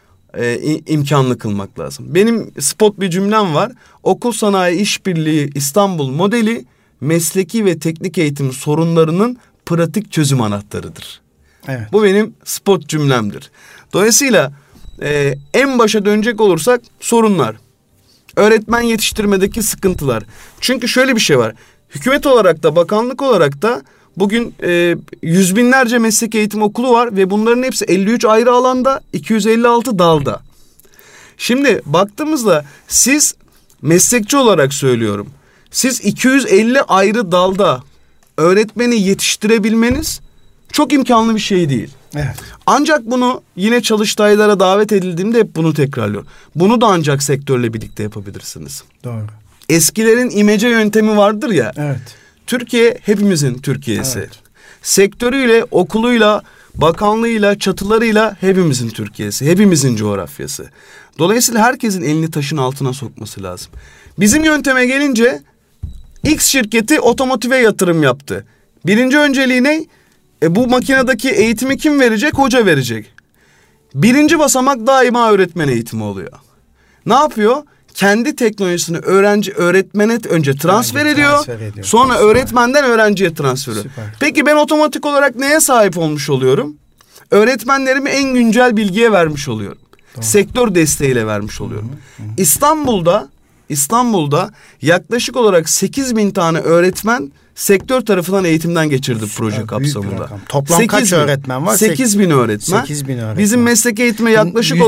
imkanlı kılmak lazım. Benim spot bir cümlem var. Okul sanayi işbirliği İstanbul modeli mesleki ve teknik eğitim sorunlarının pratik çözüm anahtarıdır. Evet. Bu benim spot cümlemdir. Dolayısıyla en başa dönecek olursak sorunlar. Öğretmen yetiştirmedeki sıkıntılar. Çünkü şöyle bir şey var. Hükümet olarak da bakanlık olarak da bugün yüz binlerce meslek eğitim okulu var ve bunların hepsi 53 ayrı alanda, 256 dalda. Şimdi baktığımızda siz meslekçi olarak söylüyorum. Siz 250 ayrı dalda öğretmeni yetiştirebilmeniz çok imkanlı bir şey değil. Evet. Ancak bunu yine çalıştaylara davet edildiğimde hep bunu tekrarlıyorum. Bunu da ancak sektörle birlikte yapabilirsiniz. Doğru. Eskilerin imece yöntemi vardır ya. Evet. Türkiye hepimizin Türkiye'si. Evet. Sektörüyle, okuluyla, bakanlığıyla, çatılarıyla hepimizin Türkiye'si. Hepimizin coğrafyası. Dolayısıyla herkesin elini taşın altına sokması lazım. Bizim yönteme gelince X şirketi otomotive yatırım yaptı. Birinci önceliği ne? Bu makinedeki eğitimi kim verecek? Hoca verecek. Birinci basamak daima öğretmen eğitimi oluyor. Ne yapıyor? Kendi teknolojisini öğretmene önce transfer ediyor. Sonra öğretmenden öğrenciye transfer ediyor. Peki ben otomatik olarak neye sahip olmuş oluyorum? Öğretmenlerimi en güncel bilgiye vermiş oluyorum. Doğru. Sektör desteğiyle vermiş oluyorum. İstanbul'da yaklaşık olarak 8.000 tane öğretmen sektör tarafından eğitimden geçirdi proje kapsamında. Toplam kaç öğretmen var? 8.000 öğretmen. 8.000 öğretmen. Bizim meslek eğitime yaklaşık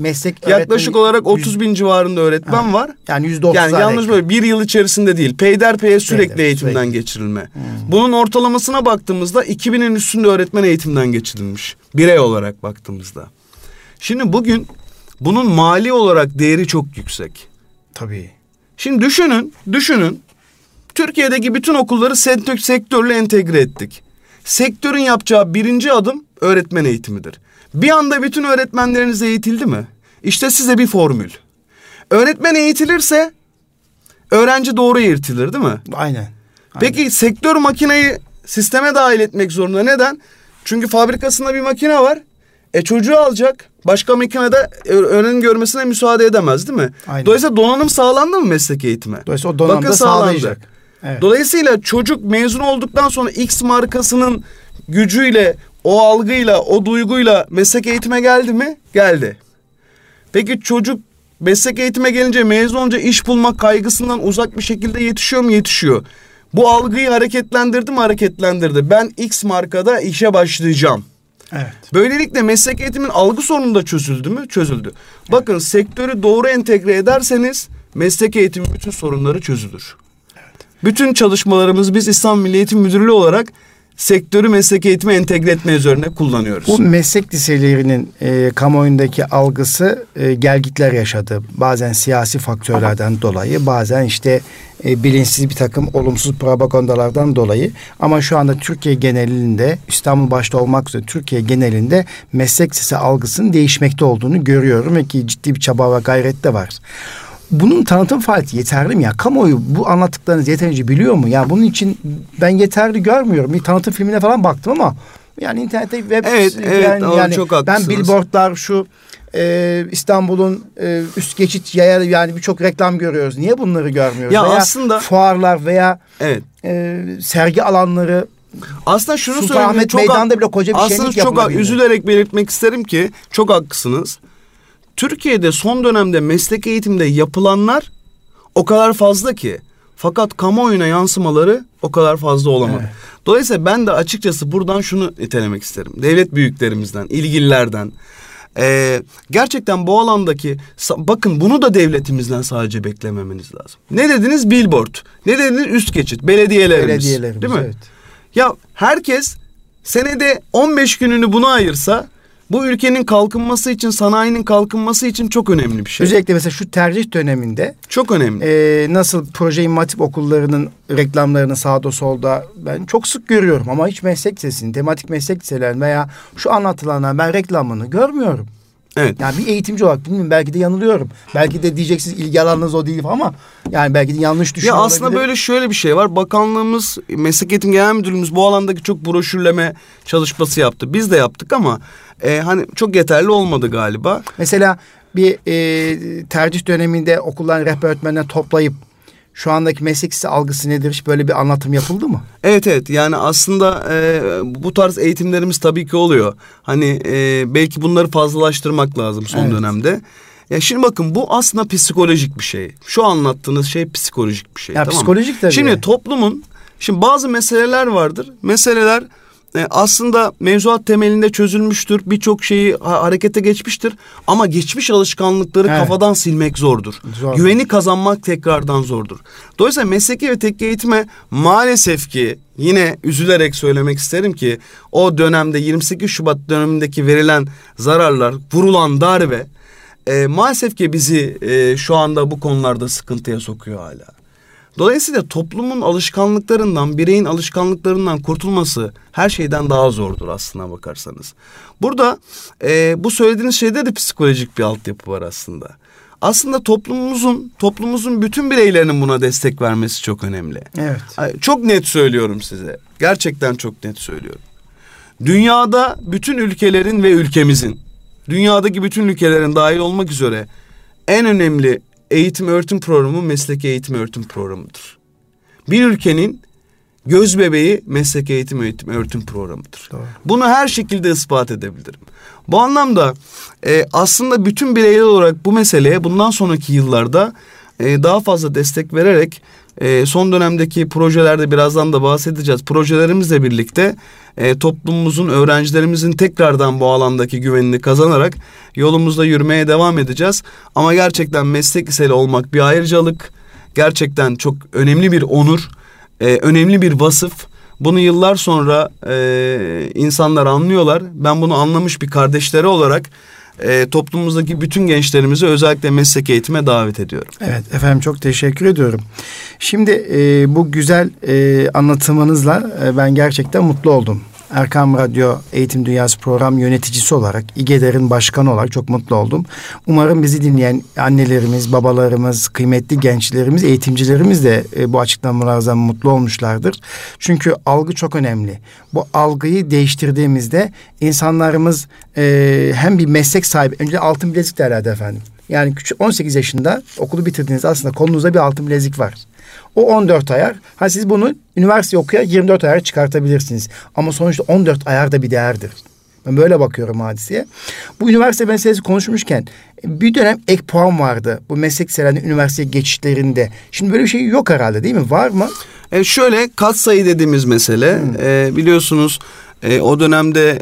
olarak 30.000 civarında öğretmen var. Yani %30. Yani yalnız böyle bir yıl içerisinde değil. Peyderpeye sürekli eğitimden geçirilme. Bunun ortalamasına baktığımızda 2.000'in üstünde öğretmen eğitimden geçirilmiş. Birey olarak baktığımızda. Şimdi bugün bunun mali olarak değeri çok yüksek. Tabii. Şimdi düşünün. Türkiye'deki bütün okulları sektörle entegre ettik. Sektörün yapacağı birinci adım öğretmen eğitimidir. Bir anda bütün öğretmenleriniz eğitildi mi? İşte size bir formül. Öğretmen eğitilirse öğrenci doğru eğitilir, değil mi? Aynen. Peki sektör makineyi sisteme dahil etmek zorunda. Neden? Çünkü fabrikasında bir makine var. Çocuğu alacak. Başka makinede öğrenim görmesine müsaade edemez, değil mi? Aynen. Dolayısıyla donanım sağlandı mı meslek eğitime? Dolayısıyla o donanım da sağlanacak. Evet. Dolayısıyla çocuk mezun olduktan sonra X markasının gücüyle, o algıyla, o duyguyla meslek eğitime geldi mi? Geldi. Peki çocuk meslek eğitime gelince, mezun olunca iş bulmak kaygısından uzak bir şekilde yetişiyor mu? Yetişiyor. Bu algıyı hareketlendirdi mi? Hareketlendirdi. Ben X markada işe başlayacağım. Evet. Böylelikle meslek eğitimin algı sorunu da çözüldü mü? Çözüldü. Bakın, sektörü doğru entegre ederseniz meslek eğitimin bütün sorunları çözülür. Evet. Bütün çalışmalarımız biz İstanbul Milli Eğitim Müdürlüğü olarak sektörü meslek eğitime entegre etme üzerine kullanıyoruz. Bu meslek liselerinin kamuoyundaki algısı gelgitler yaşadı. Bazen siyasi faktörlerden dolayı, bazen işte bilinçsiz bir takım olumsuz propagandalardan dolayı. Ama şu anda Türkiye genelinde, İstanbul başta olmak üzere Türkiye genelinde meslek lisesi algısının değişmekte olduğunu görüyorum ve ki ciddi bir çaba ve gayret de var. Bunun tanıtım faaliyeti yeterli mi ya? Kamuoyu bu anlattıklarınızı yeterince biliyor mu? Ya bunun için ben yeterli görmüyorum. Bir tanıtım filmine falan baktım ama yani internette web yani çok haklısınız. Ben billboardlar şu İstanbul'un üst geçit yaya, yani birçok reklam görüyoruz. Niye bunları görmüyoruz? Ya veya aslında fuarlar veya sergi alanları. Aslında şunu söyleyeyim. Sultanahmet Meydanı'nda bile koca bir şenlik yapılabilir. Aslında çok üzülerek belirtmek isterim ki çok haklısınız. Türkiye'de son dönemde meslek eğitimde yapılanlar o kadar fazla ki, fakat kamuoyuna yansımaları o kadar fazla olamadı. Evet. Dolayısıyla ben de açıkçası buradan şunu nitelemek isterim. Devlet büyüklerimizden, ilgililerden, gerçekten bu alandaki, bakın bunu da devletimizden sadece beklememeniz lazım. Ne dediniz? Billboard. Ne dediniz? Üst geçit. Belediyelerimiz. Değil mi? Evet. Ya herkes senede 15 gününü buna ayırsa, bu ülkenin kalkınması için, sanayinin kalkınması için çok önemli bir şey. Özellikle mesela şu tercih döneminde çok önemli. Nasıl proje İmam Hatip okullarının reklamlarını sağda solda ben çok sık görüyorum ama hiç meslek lisesinin, tematik meslek liselerinin veya şu anlatılanlar ben reklamını görmüyorum. Evet. Yani bir eğitimci olarak bilmiyorum, belki de yanılıyorum. Belki de diyeceksiniz ilgi alanınız o değil ama yani belki de yanlış düşünüyorum. Ya aslında böyle şöyle bir şey var. Bakanlığımız, Meslek Eğitim Genel Müdürlüğümüz bu alandaki çok broşürleme çalışması yaptı. Biz de yaptık ama hani çok yeterli olmadı galiba. Mesela bir tercih döneminde okulların rehber öğretmenlerini toplayıp şu andaki meslek lisesi algısı nedir? Hiç böyle bir anlatım yapıldı mı? Evet, yani aslında bu tarz eğitimlerimiz tabii ki oluyor. Hani belki bunları fazlalaştırmak lazım son dönemde. Ya şimdi bakın, bu aslında psikolojik bir şey. Şu anlattığınız şey psikolojik bir şey. Ya tamam. Psikolojik tabii. Şimdi toplumun, şimdi bazı meseleler vardır. Meseleler aslında mevzuat temelinde çözülmüştür. Birçok şeyi harekete geçmiştir. Ama geçmiş alışkanlıkları kafadan silmek zordur. Güveni kazanmak tekrardan zordur. Dolayısıyla mesleki ve teknik eğitime maalesef ki, yine üzülerek söylemek isterim ki, o dönemde 28 Şubat dönemindeki verilen zararlar, vurulan darbe maalesef ki bizi şu anda bu konularda sıkıntıya sokuyor hala. Dolayısıyla toplumun alışkanlıklarından, bireyin alışkanlıklarından kurtulması her şeyden daha zordur aslına bakarsanız. Burada bu söylediğiniz şeyde de psikolojik bir altyapı var aslında. Aslında toplumumuzun bütün bireylerinin buna destek vermesi çok önemli. Evet. Çok net söylüyorum size. Gerçekten çok net söylüyorum. Dünyada bütün ülkelerin ve ülkemizin, dünyadaki bütün ülkelerin dahil olmak üzere en önemli eğitim öğretim programı mesleki eğitim öğretim programıdır. Bir ülkenin göz bebeği meslek eğitim öğretim programıdır. Doğru. Bunu her şekilde ispat edebilirim. Bu anlamda aslında bütün bireyler olarak bu meseleye bundan sonraki yıllarda daha fazla destek vererek son dönemdeki projelerde birazdan da bahsedeceğiz. Projelerimizle birlikte toplumumuzun, öğrencilerimizin tekrardan bu alandaki güvenini kazanarak yolumuzda yürümeye devam edeceğiz. Ama gerçekten meslek liseli olmak bir ayrıcalık. Gerçekten çok önemli bir onur, önemli bir vasıf. Bunu yıllar sonra insanlar anlıyorlar. Ben bunu anlamış bir kardeşleri olarak toplumumuzdaki bütün gençlerimizi özellikle meslek eğitime davet ediyorum. Evet efendim, çok teşekkür ediyorum. Şimdi bu güzel anlatımınızla ben gerçekten mutlu oldum. Erkam Radyo Eğitim Dünyası program yöneticisi olarak, İGEDER'in başkanı olarak çok mutlu oldum. Umarım bizi dinleyen annelerimiz, babalarımız, kıymetli gençlerimiz, eğitimcilerimiz de bu açıklamalardan mutlu olmuşlardır. Çünkü algı çok önemli. Bu algıyı değiştirdiğimizde insanlarımız hem bir meslek sahibi, önce altın bilezik derlerdi efendim. Yani 18 yaşında okulu bitirdiğinizde aslında kolunuzda bir altın bilezik var. O 14 ayar. Siz bunu üniversite okuya 24 ayar çıkartabilirsiniz. Ama sonuçta 14 ayar da bir değerdir. Ben böyle bakıyorum hadiseye. Bu üniversite meselesi konuşmuşken bir dönem ek puan vardı. Bu meslek liselerinde üniversite geçişlerinde. Şimdi böyle bir şey yok herhalde, değil mi? Var mı? Şöyle katsayı dediğimiz mesele biliyorsunuz o dönemde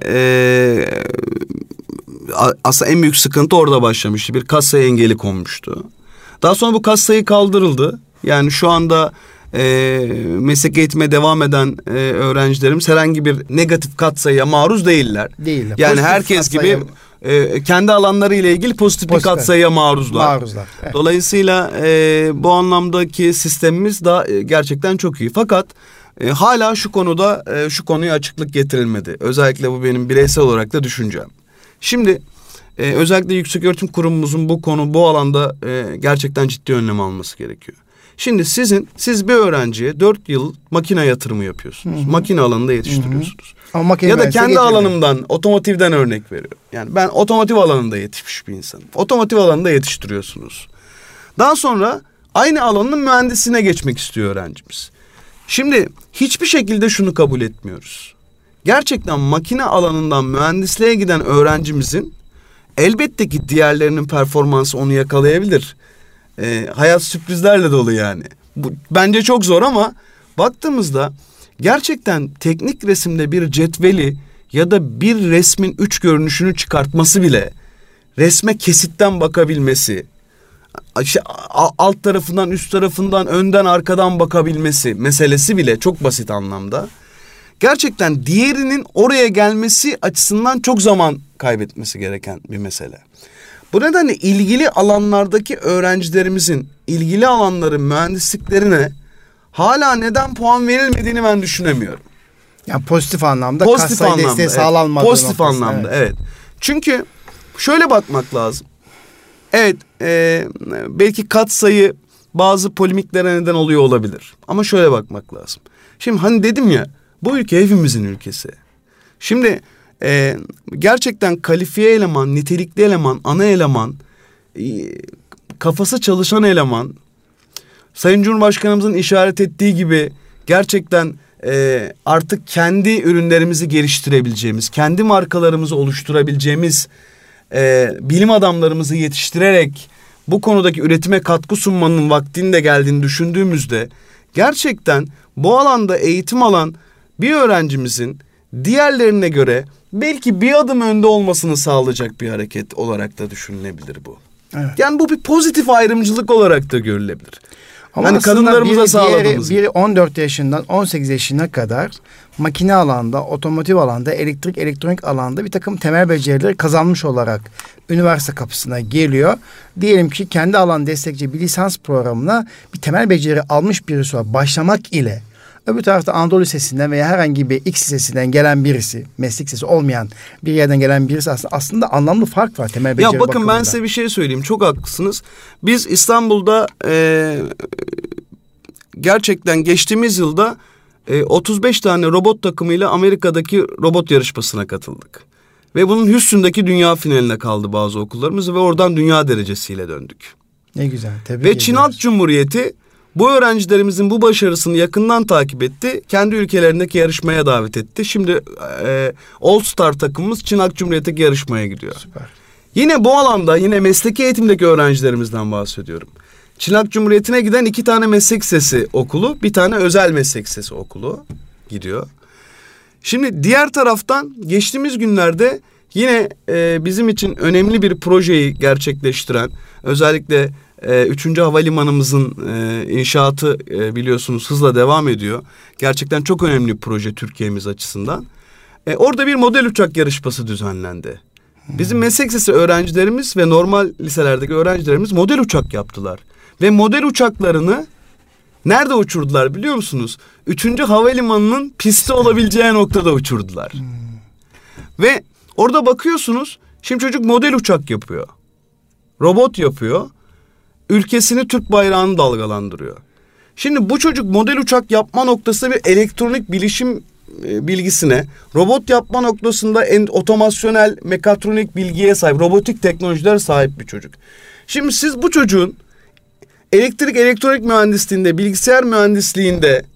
aslında en büyük sıkıntı orada başlamıştı. Bir katsayı engeli konmuştu. Daha sonra bu katsayı kaldırıldı. Yani şu anda meslek eğitime devam eden öğrencilerimiz herhangi bir negatif katsayıya maruz değiller. Değiller. Yani pozitif herkes gibi kendi alanları ile ilgili pozitif bir katsayıya maruzlar. Evet. Dolayısıyla bu anlamdaki sistemimiz da gerçekten çok iyi. Fakat hala şu konuya açıklık getirilmedi. Özellikle bu benim bireysel olarak da düşüncem. Şimdi özellikle Yükseköğretim Kurumumuzun bu alanda gerçekten ciddi önlem alması gerekiyor. Şimdi siz bir öğrenciye 4 yıl makine yatırımı yapıyorsunuz. Hı hı. Makine alanında yetiştiriyorsunuz. Ama ya da kendi alanımdan, otomotivden örnek veriyorum. Yani ben otomotiv alanında yetişmiş bir insanım. Otomotiv alanında yetiştiriyorsunuz. Daha sonra aynı alanın mühendisine geçmek istiyor öğrencimiz. Şimdi hiçbir şekilde şunu kabul etmiyoruz. Gerçekten makine alanından mühendisliğe giden öğrencimizin elbette ki diğerlerinin performansı onu yakalayabilir. Hayat sürprizlerle dolu yani. Bu bence çok zor ama baktığımızda gerçekten teknik resimde bir cetveli ya da bir resmin 3 görünüşünü çıkartması bile, resme kesitten bakabilmesi, alt tarafından, üst tarafından, önden, arkadan bakabilmesi meselesi bile çok basit anlamda. Gerçekten diğerinin oraya gelmesi açısından çok zaman kaybetmesi gereken bir mesele. Bu nedenle ilgili alanlardaki öğrencilerimizin ilgili alanların mühendisliklerine hala neden puan verilmediğini ben düşünemiyorum. Yani pozitif anlamda, katsayı desteği sağlanmadığı pozitif noktasında, anlamda evet. Çünkü şöyle bakmak lazım. Evet, belki katsayı bazı polemiklere neden oluyor olabilir. Ama şöyle bakmak lazım. Şimdi hani dedim ya, bu ülke hepimizin ülkesi. Şimdi gerçekten kalifiye eleman, nitelikli eleman, ana eleman, kafası çalışan eleman, Sayın Cumhurbaşkanımızın işaret ettiği gibi gerçekten artık kendi ürünlerimizi geliştirebileceğimiz, kendi markalarımızı oluşturabileceğimiz bilim adamlarımızı yetiştirerek bu konudaki üretime katkı sunmanın vaktinin de geldiğini düşündüğümüzde gerçekten bu alanda eğitim alan bir öğrencimizin diğerlerine göre belki bir adım önde olmasını sağlayacak bir hareket olarak da düşünülebilir bu. Evet. Yani bu bir pozitif ayrımcılık olarak da görülebilir. Ama hani kadınlarımıza sağladığımız. Biri 14 yaşından 18 yaşına kadar makine alanda, otomotiv alanda, elektrik, elektronik alanda bir takım temel becerileri kazanmış olarak üniversite kapısına geliyor. Diyelim ki kendi alan destekçi bir lisans programına bir temel beceri almış birisi olarak başlamak ile öbür tarafta Anadolu Lisesi'nden veya herhangi bir X Lisesi'nden gelen birisi, meslek lisesi olmayan bir yerden gelen birisi aslında anlamlı fark var temel beceri bakımından. Ya bakın ben size bir şey söyleyeyim. Çok haklısınız. Biz İstanbul'da gerçekten geçtiğimiz yılda 35 tane robot takımıyla Amerika'daki robot yarışmasına katıldık. Ve bunun Houston'daki dünya finaline kaldı bazı okullarımız ve oradan dünya derecesiyle döndük. Ne güzel. Ve Çin Halk Cumhuriyeti Bu öğrencilerimizin bu başarısını yakından takip etti. Kendi ülkelerindeki yarışmaya davet etti. Şimdi All Star takımımız Çınak Cumhuriyet'teki yarışmaya gidiyor. Süper. Yine bu alanda yine mesleki eğitimdeki öğrencilerimizden bahsediyorum. Çınak Cumhuriyeti'ne giden 2 tane meslek lisesi okulu, bir tane özel meslek lisesi okulu gidiyor. Şimdi diğer taraftan geçtiğimiz günlerde yine bizim için önemli bir projeyi gerçekleştiren, özellikle 3. Havalimanımızın inşaatı biliyorsunuz hızla devam ediyor. Gerçekten çok önemli bir proje Türkiye'miz açısından. Orada bir model uçak yarışması düzenlendi. Bizim meslek lisesi öğrencilerimiz ve normal liselerdeki öğrencilerimiz model uçak yaptılar. Ve model uçaklarını nerede uçurdular biliyor musunuz? 3. Havalimanı'nın pisti olabileceği noktada uçurdular. Ve orada bakıyorsunuz, şimdi çocuk model uçak yapıyor. Robot yapıyor. Ülkesini, Türk bayrağını dalgalandırıyor. Şimdi bu çocuk model uçak yapma noktasında bir elektronik bilişim bilgisine, robot yapma noktasında otomasyonel, mekatronik bilgiye sahip, robotik teknolojilere sahip bir çocuk. Şimdi siz bu çocuğun elektronik mühendisliğinde, bilgisayar mühendisliğinde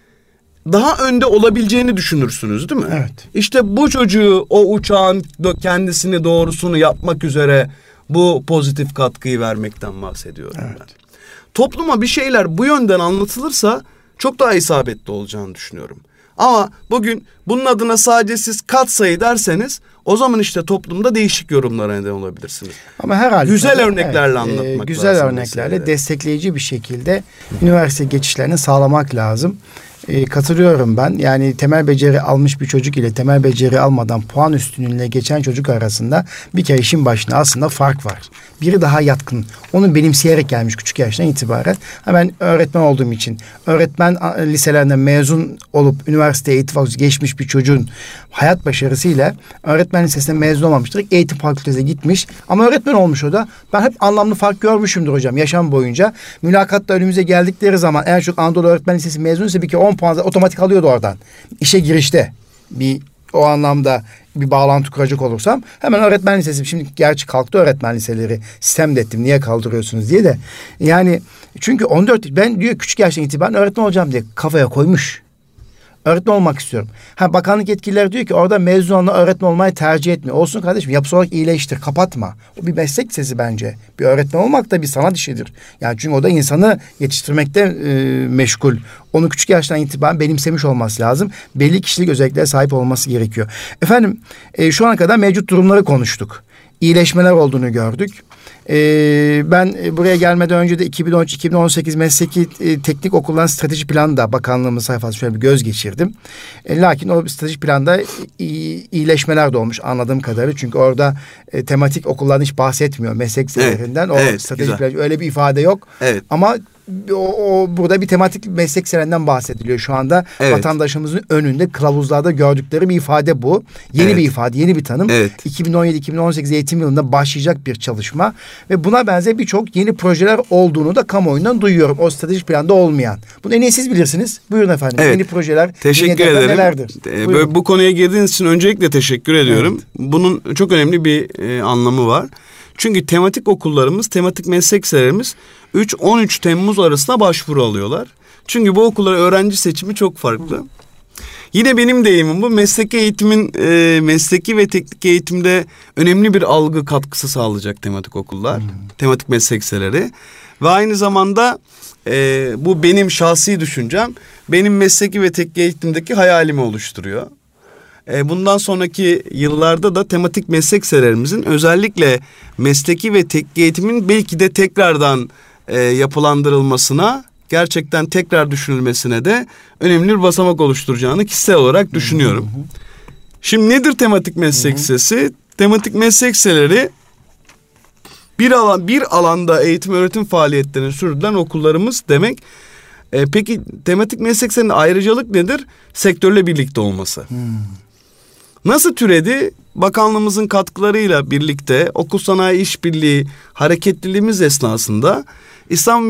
daha önde olabileceğini düşünürsünüz değil mi? Evet. İşte bu çocuğu o uçağın kendisini doğrusunu yapmak üzere bu pozitif katkıyı vermekten bahsediyorum ben. Topluma bir şeyler bu yönden anlatılırsa çok daha isabetli olacağını düşünüyorum. Ama bugün bunun adına sadece siz katsayı derseniz o zaman işte toplumda değişik yorumlara neden olabilirsiniz. Ama herhalde güzel örneklerle anlatmak güzel lazım. Örneklerle meselede destekleyici bir şekilde üniversite geçişlerini sağlamak lazım. Katılıyorum ben. Yani temel beceri almış bir çocuk ile temel beceri almadan puan üstünlüğüyle geçen çocuk arasında bir kere işin başına aslında fark var. Biri daha yatkın. Onu benimseyerek gelmiş küçük yaştan itibaren. Ben öğretmen olduğum için öğretmen liselerinden mezun olup üniversiteye eğitim fakültesi geçmiş bir çocuğun hayat başarısıyla öğretmen lisesinden mezun olmamıştır. Eğitim fakültesine gitmiş ama öğretmen olmuş o da. Ben hep anlamlı fark görmüşümdür hocam yaşam boyunca. Mülakatta önümüze geldikleri zaman eğer çok Anadolu Öğretmen Lisesi mezunuysa bir kere 10 puan otomatik alıyordu oradan. İşe girişte bir o anlamda bir bağlantı kuracak olursam hemen öğretmen lisesi, şimdi gerçi kalktı öğretmen liseleri, sistem de ettim niye kaldırıyorsunuz diye de yani çünkü 14 ben diyor küçük yaştan itibaren öğretmen olacağım diye kafaya koymuş. Öğretmen olmak istiyorum. Bakanlık yetkilileri diyor ki orada mezun olanlar öğretmen olmayı tercih etmiyor. Olsun kardeşim, yapısal olarak iyileştir, kapatma. O bir meslek lisesi bence. Bir öğretmen olmak da bir sanat işidir. Yani çünkü o da insanı yetiştirmekte meşgul. Onu küçük yaştan itibaren benimsemiş olması lazım. Belli kişilik özelliklere sahip olması gerekiyor. Efendim şu ana kadar mevcut durumları konuştuk. İyileşmeler olduğunu gördük. Ben buraya gelmeden önce de 2013-2018 mesleki teknik okulların strateji planı da bakanlığımız sayfasında şöyle bir göz geçirdim. Lakin o strateji planda iyileşmeler de olmuş anladığım kadarıyla. Çünkü orada tematik okullardan hiç bahsetmiyor meslek liselerinden. Evet, o strateji planı öyle bir ifade yok. Evet. Ama burada bir tematik meslek liselerinden bahsediliyor şu anda. Evet. Vatandaşımızın önünde kılavuzlarda gördükleri bir ifade bu. Yeni bir ifade, yeni bir tanım. Evet. 2017-2018 eğitim yılında başlayacak bir çalışma ve buna benzer birçok yeni projeler olduğunu da kamuoyundan duyuyorum. O strateji planda olmayan. Bunu en iyi siz bilirsiniz. Buyurun efendim. Evet. Yeni projeler, teşekkür yeni ederim. Nelerdir? Bu konuya girdiğiniz için öncelikle teşekkür ediyorum. Evet. Bunun çok önemli bir anlamı var. Çünkü tematik okullarımız, tematik meslek liselerimiz 3-13 Temmuz arasında başvuru alıyorlar. Çünkü bu okullara öğrenci seçimi çok farklı. Yine benim deyimim bu, mesleki eğitimin, mesleki ve teknik eğitimde önemli bir algı katkısı sağlayacak tematik okullar, tematik meslek liseleri. Ve aynı zamanda bu benim şahsi düşüncem, benim mesleki ve teknik eğitimdeki hayalimi oluşturuyor. Bundan sonraki yıllarda da tematik meslek liselerimizin özellikle mesleki ve teknik eğitimin belki de tekrardan yapılandırılmasına, gerçekten tekrar düşünülmesine de önemli bir basamak oluşturacağını kişisel olarak düşünüyorum. Şimdi nedir tematik meslek lisesi? Tematik meslek liseleri bir alanda eğitim öğretim faaliyetlerini sürdüren okullarımız demek. Peki tematik meslek liselerinin ayrıcalık nedir? Sektörle birlikte olması. Nasıl türedi? Bakanlığımızın katkılarıyla birlikte okul sanayi işbirliği hareketliliğimiz esnasında İstanbul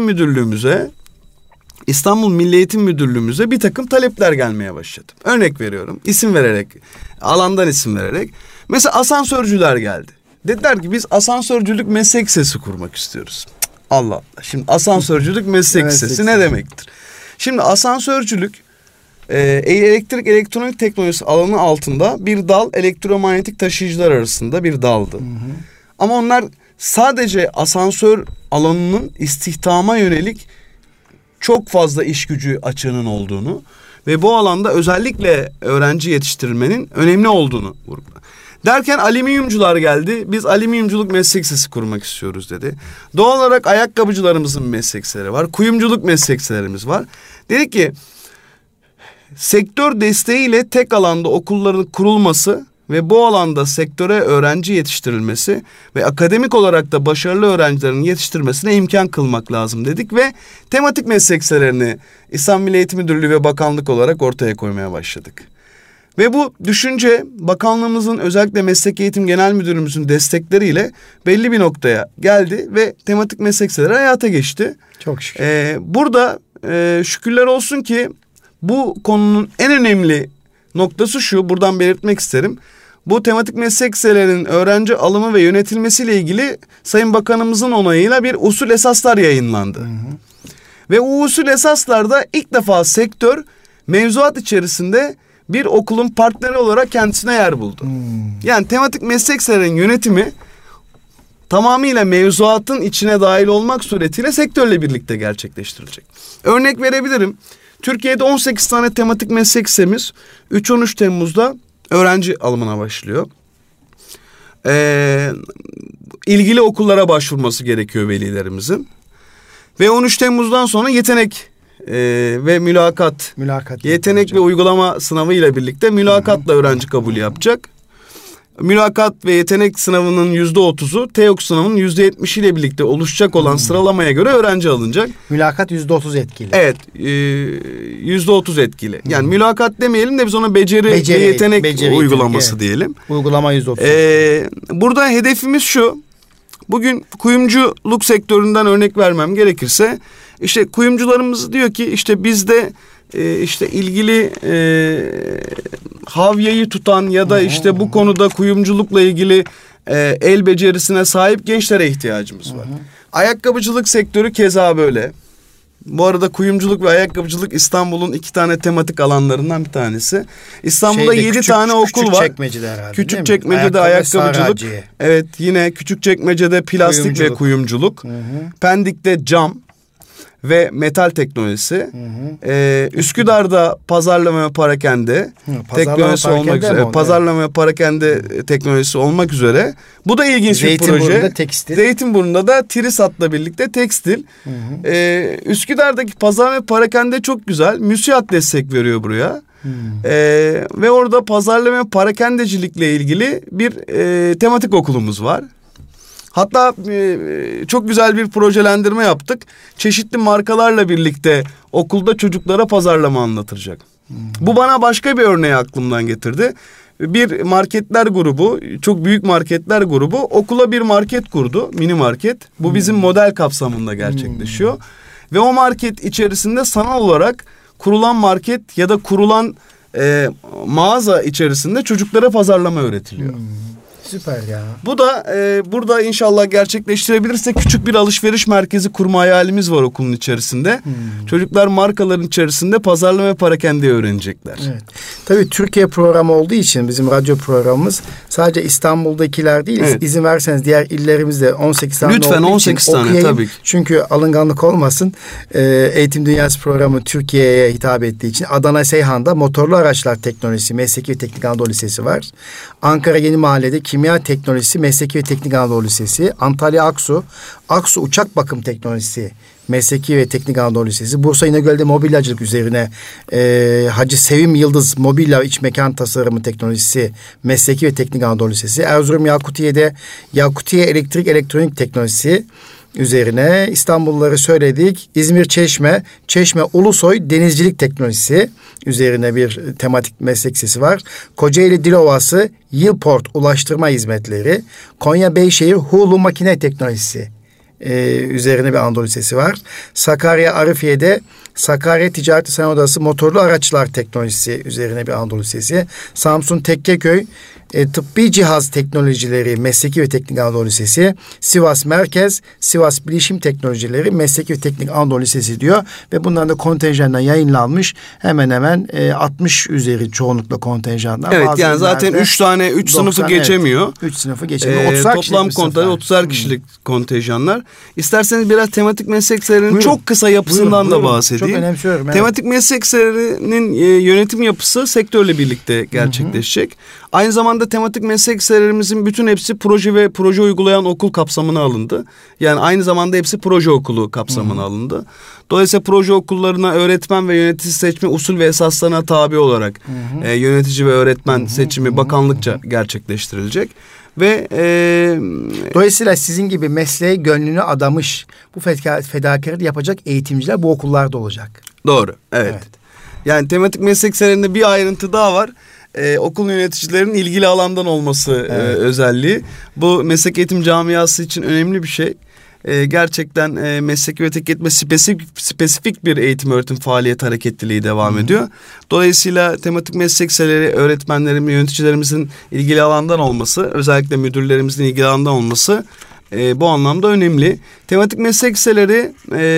Milli Eğitim Müdürlüğümüze bir takım talepler gelmeye başladı. Örnek veriyorum, isim vererek, alandan isim vererek. Mesela asansörcüler geldi. Dediler ki biz asansörcülük meslek lisesi kurmak istiyoruz. Allah Allah. Şimdi asansörcülük meslek lisesi ne demektir? Şimdi asansörcülük elektrik elektronik teknolojisi alanı altında bir dal, elektromanyetik taşıyıcılar arasında bir daldı. Ama onlar sadece asansör alanının istihdama yönelik çok fazla iş gücü açığının olduğunu ve bu alanda özellikle öğrenci yetiştirilmenin önemli olduğunu vurguladı. Derken alüminyumcular geldi. Biz alüminyumculuk meslek lisesi kurmak istiyoruz dedi. Doğal olarak ayakkabıcılarımızın meslek liseleri var. Kuyumculuk meslek liselerimiz var. Dedik ki sektör desteğiyle tek alanda okulların kurulması ve bu alanda sektöre öğrenci yetiştirilmesi ve akademik olarak da başarılı öğrencilerin yetiştirmesine imkan kılmak lazım dedik ve tematik meslek liselerini İstanbul Milli Eğitim Müdürlüğü ve bakanlık olarak ortaya koymaya başladık. Ve bu düşünce bakanlığımızın özellikle Meslek Eğitim Genel Müdürümüzün destekleriyle belli bir noktaya geldi ve tematik meslek liseleri hayata geçti. Çok şükür. Burada şükürler olsun ki bu konunun en önemli noktası şu, buradan belirtmek isterim. Bu tematik meslek liselerinin öğrenci alımı ve yönetilmesiyle ilgili Sayın Bakanımızın onayıyla bir usul esaslar yayınlandı. Ve o usul esaslarda ilk defa sektör mevzuat içerisinde bir okulun partneri olarak kendisine yer buldu. Yani tematik meslek liselerinin yönetimi tamamıyla mevzuatın içine dahil olmak suretiyle sektörle birlikte gerçekleştirilecek. Örnek verebilirim. Türkiye'de 18 tane tematik meslek lisemiz 3-13 Temmuz'da öğrenci alımına başlıyor. İlgili okullara başvurması gerekiyor velilerimizin. Ve 13 Temmuz'dan sonra yetenek ve mülakat yetenek ve uygulama sınavı ile birlikte mülakatla öğrenci kabul yapacak. Mülakat ve yetenek sınavının %30'u, TEOK sınavının %70 ile birlikte oluşacak olan sıralamaya göre öğrenci alınacak. Mülakat %30 etkili. Evet, %30 etkili. Yani mülakat demeyelim de biz ona beceri ve yetenek uygulaması diyelim. Uygulama %30. Burada hedefimiz şu. Bugün kuyumculuk sektöründen örnek vermem gerekirse, işte kuyumcularımız diyor ki işte bizde işte ilgili havyayı tutan ya da işte bu konuda kuyumculukla ilgili el becerisine sahip gençlere ihtiyacımız var. Ayakkabıcılık sektörü keza böyle. Bu arada kuyumculuk ve ayakkabıcılık İstanbul'un 2 tane tematik alanlarından bir tanesi. İstanbul'da 7 tane okul var. Küçükçekmece'de herhalde. Küçükçekmece'de ayakkabıcılık. Evet, yine Küçükçekmece'de plastik ve kuyumculuk. Pendik'te cam ve metal teknolojisi. Üsküdar'da pazarlama ve parakende teknolojisi olmak üzere. Pazarlama ve parakende teknolojisi olmak üzere. Bu da ilginç bir proje. Zeytinburnu'nda tekstil. Zeytinburnu'nda da TİRİSAT'la birlikte tekstil. Üsküdar'daki pazarlama ve parakende çok güzel. MÜSİAD destek veriyor buraya. Ve orada pazarlama ve parakendecilikle ilgili bir tematik okulumuz var. Hatta çok güzel bir projelendirme yaptık. Çeşitli markalarla birlikte okulda çocuklara pazarlama anlatılacak. Bu bana başka bir örneği aklımdan getirdi. Bir marketler grubu, çok büyük marketler grubu okula bir market kurdu, mini market. Bu bizim model kapsamında gerçekleşiyor. Ve o market içerisinde sanal olarak kurulan market ya da kurulan mağaza içerisinde çocuklara pazarlama öğretiliyor. Süper ya. Bu da burada inşallah gerçekleştirebilirsek küçük bir alışveriş merkezi kurma hayalimiz var okulun içerisinde. Çocuklar markaların içerisinde pazarlama ve parakendeyi öğrenecekler. Evet. Tabii Türkiye programı olduğu için bizim radyo programımız sadece İstanbul'dakiler değil. Evet. İzin verseniz diğer illerimizde 18 tane lütfen, olduğu 18 için tane okuyayım. Tabii ki. Çünkü alınganlık olmasın. Eğitim Dünyası programı Türkiye'ye hitap ettiği için Adana Seyhan'da motorlu araçlar teknolojisi Mesleki ve Teknik Anadolu Lisesi var. Ankara Yeni Mahalle'de Kimya Teknolojisi Mesleki ve Teknik Anadolu Lisesi, Antalya Aksu Uçak Bakım Teknolojisi Mesleki ve Teknik Anadolu Lisesi, Bursa İnegöl'de mobilyacılık üzerine Hacı Sevim Yıldız Mobilya İç Mekan Tasarımı Teknolojisi Mesleki ve Teknik Anadolu Lisesi, Erzurum Yakutiye'de Yakutiye Elektrik Elektronik Teknolojisi üzerine İstanbulluları söyledik. İzmir Çeşme Ulusoy Denizcilik Teknolojisi üzerine bir tematik meslek lisesi var. Kocaeli Dilovası Yılport Ulaştırma Hizmetleri, Konya Beyşehir Hulu Makine Teknolojisi üzerine bir Anadolu Lisesi var. Sakarya Arifiye'de Sakarya Ticaret Sanayi Odası Motorlu Araçlar Teknolojisi üzerine bir Anadolu Lisesi. Samsun Tekkeköy Tıbbi Cihaz Teknolojileri Mesleki ve Teknik Anadolu Lisesi. Sivas Merkez Sivas Bilişim Teknolojileri Mesleki ve Teknik Anadolu Lisesi diyor. Ve bunların da kontenjandan yayınlanmış hemen hemen 60 üzeri çoğunlukla kontenjandan. Evet, yani zaten 3 sınıfı geçemiyor. 3 sınıfı geçemiyor. Toplam kontenjan 30'ar kişilik kontenjanlar. İsterseniz biraz tematik meslek serilerinin çok kısa yapısından da bahsedeyim. Çok önemsiyorum. Evet. Tematik meslek serilerinin yönetim yapısı sektörle birlikte gerçekleşecek. Aynı zamanda tematik meslek serilerimizin bütün hepsi proje ve proje uygulayan okul kapsamına alındı. Yani aynı zamanda hepsi proje okulu kapsamına alındı. Dolayısıyla proje okullarına öğretmen ve yönetici seçme usul ve esaslarına tabi olarak yönetici ve öğretmen seçimi bakanlıkça gerçekleştirilecek. Ve dolayısıyla sizin gibi mesleğe gönlünü adamış, bu fedakarlığı yapacak eğitimciler bu okullarda olacak. Doğru, evet. Yani tematik meslek serilerinde bir ayrıntı daha var. Okul yöneticilerinin ilgili alandan olması özelliği. Bu meslek eğitim camiası için önemli bir şey. Gerçekten mesleki ve teknik eğitime spesifik bir eğitim öğretim faaliyet hareketliliği devam ediyor. Dolayısıyla tematik meslek serileri öğretmenlerimizin, yöneticilerimizin ilgili alandan olması, özellikle müdürlerimizin ilgili alandan olması bu anlamda önemli. Tematik meslek liseleri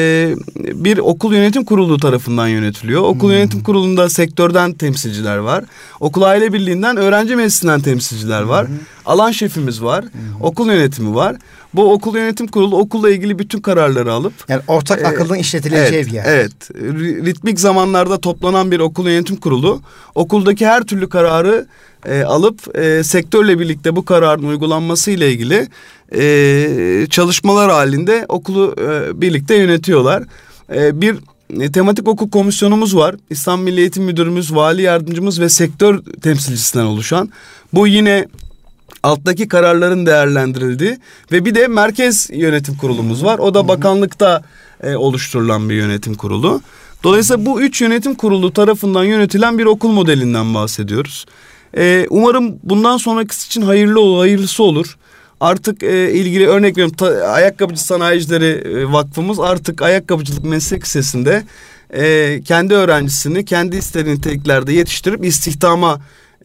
bir okul yönetim kurulu tarafından yönetiliyor. Okul yönetim kurulunda sektörden temsilciler var. Okul aile birliğinden, öğrenci meclisinden temsilciler var. Alan şefimiz var. Okul yönetimi var. Bu okul yönetim kurulu okulla ilgili bütün kararları alıp... Yani ortak akıllın işletileceği bir yer. Evet. Ritmik zamanlarda toplanan bir okul yönetim kurulu okuldaki her türlü kararı alıp sektörle birlikte bu kararın uygulanması ile ilgili çalışmalar halinde okulu birlikte yönetiyorlar. Bir tematik okul komisyonumuz var. İstanbul Milli Eğitim Müdürümüz, vali yardımcımız ve sektör temsilcisinden oluşan. Bu yine alttaki kararların değerlendirildiği ve bir de merkez yönetim kurulumuz var. O da bakanlıkta oluşturulan bir yönetim kurulu. Dolayısıyla bu 3 yönetim kurulu tarafından yönetilen bir okul modelinden bahsediyoruz. Umarım bundan sonrakisi için hayırlısı olur. Artık ilgili örnek veriyorum, Ayakkabıcı Sanayicileri Vakfımız artık ayakkabıcılık meslek lisesinde kendi öğrencisini kendi istediği niteliklerde yetiştirip istihdama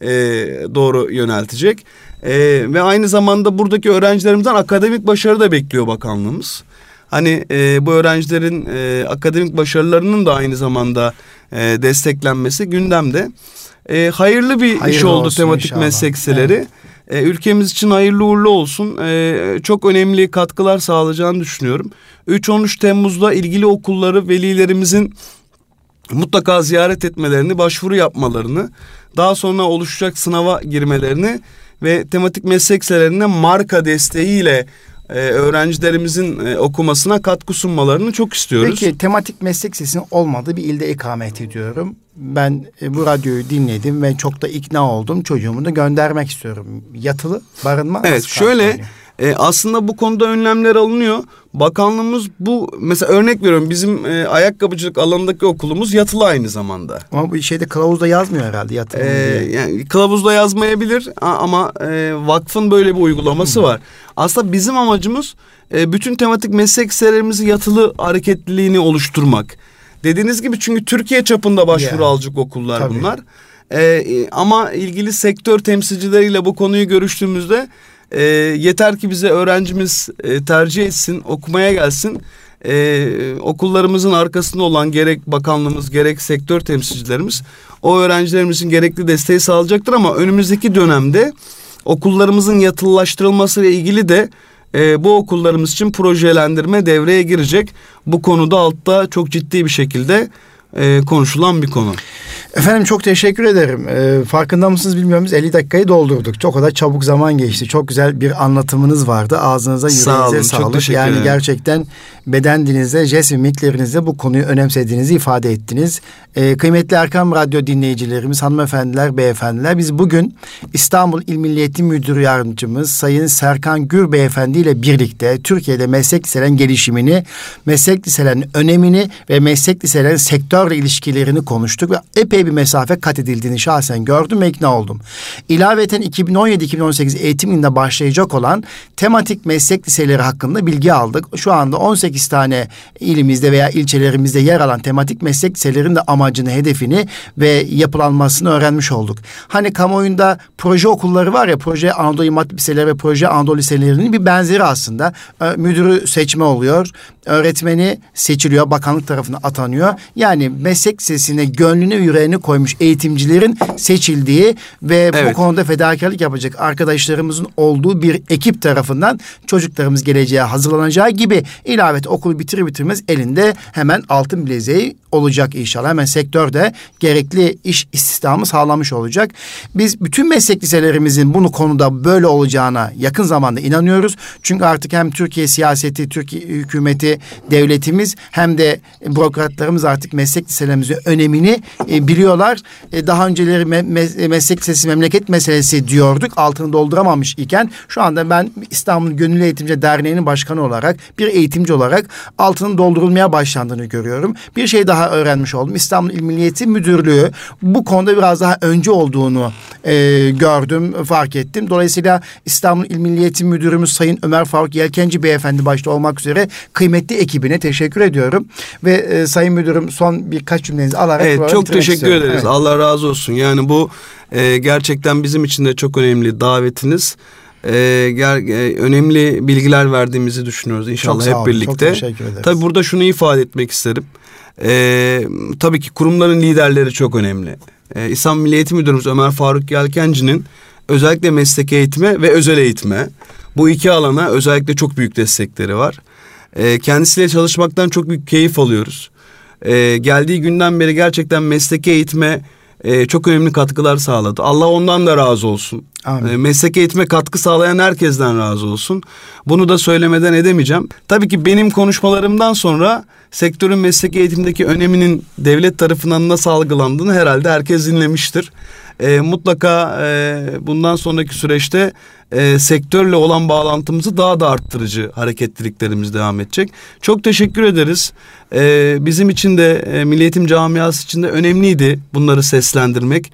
doğru yöneltecek. Ve aynı zamanda buradaki öğrencilerimizden akademik başarı da bekliyor bakanlığımız. Hani bu öğrencilerin akademik başarılarının da aynı zamanda desteklenmesi gündemde. Hayırlı bir iş oldu tematik inşallah. Meslek liseleri. Evet. Ülkemiz için hayırlı uğurlu olsun. Çok önemli katkılar sağlayacağını düşünüyorum. 3-13 Temmuz'da ilgili okulları velilerimizin mutlaka ziyaret etmelerini, başvuru yapmalarını, daha sonra oluşacak sınava girmelerini ve tematik meslek liselerine marka desteğiyle öğrencilerimizin okumasına katkı sunmalarını çok istiyoruz. Peki tematik meslek lisesinin olmadığı bir ilde ikamet ediyorum. Ben bu radyoyu dinledim ve çok da ikna oldum. Çocuğumu da göndermek istiyorum. Yatılı barınma. Evet, şöyle aslında bu konuda önlemler alınıyor. Bakanlığımız bu, mesela örnek veriyorum, bizim ayakkabıcılık alanındaki okulumuz yatılı aynı zamanda. Ama bu şeyde kılavuzda yazmıyor herhalde yatılı diye. Yani kılavuzda yazmayabilir ama vakfın böyle bir uygulaması var. Aslında bizim amacımız bütün tematik meslek liselerimizi yatılı hareketliliğini oluşturmak. Dediğiniz gibi, çünkü Türkiye çapında başvuru alacak okullar tabii. Bunlar. Ama ilgili sektör temsilcileriyle bu konuyu görüştüğümüzde yeter ki bize öğrencimiz tercih etsin, okumaya gelsin. Okullarımızın arkasında olan gerek bakanlığımız gerek sektör temsilcilerimiz o öğrencilerimizin gerekli desteği sağlayacaktır. Ama önümüzdeki dönemde okullarımızın yatılılaştırılması ile ilgili de bu okullarımız için projelendirme devreye girecek. Bu konuda altta çok ciddi bir şekilde konuşulan bir konu. Efendim çok teşekkür ederim. Farkında mısınız bilmiyorum, biz 50 dakikayı doldurduk. Çok kadar çabuk zaman geçti. Çok güzel bir anlatımınız vardı. Ağzınıza, yüreğinize sağlık. Yani gerçekten beden dilinizde, jest ve mimiklerinizde bu konuyu önemsediğinizi ifade ettiniz. Kıymetli Erkam Radyo dinleyicilerimiz, hanımefendiler, beyefendiler, biz bugün İstanbul İl Milli Eğitim Müdürü Yardımcımız Sayın Serkan Gür Beyefendi ile birlikte Türkiye'de meslek liselerin gelişimini, meslek liselerin önemini ve meslek liselerin sektörle ilişkilerini konuştuk ve epey epey bir mesafe kat edildiğini şahsen gördüm ve ikna oldum. İlaveten 2017-2018 eğitim yılında başlayacak olan tematik meslek liseleri hakkında bilgi aldık. Şu anda 18 tane ilimizde veya ilçelerimizde yer alan tematik meslek liselerinin de amacını, hedefini ve yapılanmasını öğrenmiş olduk. Hani kamuoyunda proje okulları var ya, Proje Anadolu İmam Hatip Liseleri ve Proje Anadolu Liselerinin bir benzeri aslında. Müdürü seçme oluyor, öğretmeni seçiliyor, bakanlık tarafından atanıyor. Yani meslek lisesine gönlünü yüreğini koymuş eğitimcilerin seçildiği ve bu konuda fedakarlık yapacak arkadaşlarımızın olduğu bir ekip tarafından çocuklarımız geleceğe hazırlanacağı gibi, ilavet okulu bitirir bitirmez elinde hemen altın bileziği olacak inşallah. Hemen sektörde gerekli iş istihdamı sağlamış olacak. Biz bütün meslek liselerimizin bunu konuda böyle olacağına yakın zamanda inanıyoruz. Çünkü artık hem Türkiye siyaseti, Türkiye hükümeti, devletimiz hem de bürokratlarımız artık meslek liselerimizin önemini biliyorlar. Daha önceleri meslek lisesi memleket meselesi diyorduk. Altını dolduramamış iken şu anda ben İstanbul Gönüllü Eğitimci Derneği'nin başkanı olarak, bir eğitimci olarak altının doldurulmaya başlandığını görüyorum. Bir şey daha öğrenmiş oldum. İstanbul İl Milli Eğitim Müdürlüğü bu konuda biraz daha önce olduğunu gördüm, fark ettim. Dolayısıyla İstanbul İl Milli Eğitim Müdürümüz Sayın Ömer Faruk Yelkenci Beyefendi başta olmak üzere kıymetli ekibine teşekkür ediyorum. Ve Sayın Müdürüm, son birkaç cümlenizi alarak çok teşekkür ederiz. Evet. Allah razı olsun. Yani bu gerçekten bizim için de çok önemli davetiniz. Önemli bilgiler verdiğimizi düşünüyoruz inşallah hep birlikte. Çok teşekkür ederiz. Tabii burada şunu ifade etmek isterim. Tabii ki kurumların liderleri çok önemli. İstanbul Milli Eğitim Müdürümüz Ömer Faruk Yelkenci'nin özellikle meslek eğitime ve özel eğitime, bu iki alana özellikle çok büyük destekleri var. Kendisiyle çalışmaktan çok büyük keyif alıyoruz. Geldiği günden beri gerçekten mesleki eğitime çok önemli katkılar sağladı. Allah ondan da razı olsun. Meslek eğitime katkı sağlayan herkesten razı olsun. Bunu da söylemeden edemeyeceğim. Tabii ki benim konuşmalarımdan sonra sektörün meslek eğitimdeki öneminin devlet tarafından nasıl algılandığını herhalde herkes dinlemiştir. Mutlaka bundan sonraki süreçte sektörle olan bağlantımızı daha da arttırıcı hareketliliklerimiz devam edecek. Çok teşekkür ederiz. Bizim için de Milli Eğitim camiası için de önemliydi bunları seslendirmek.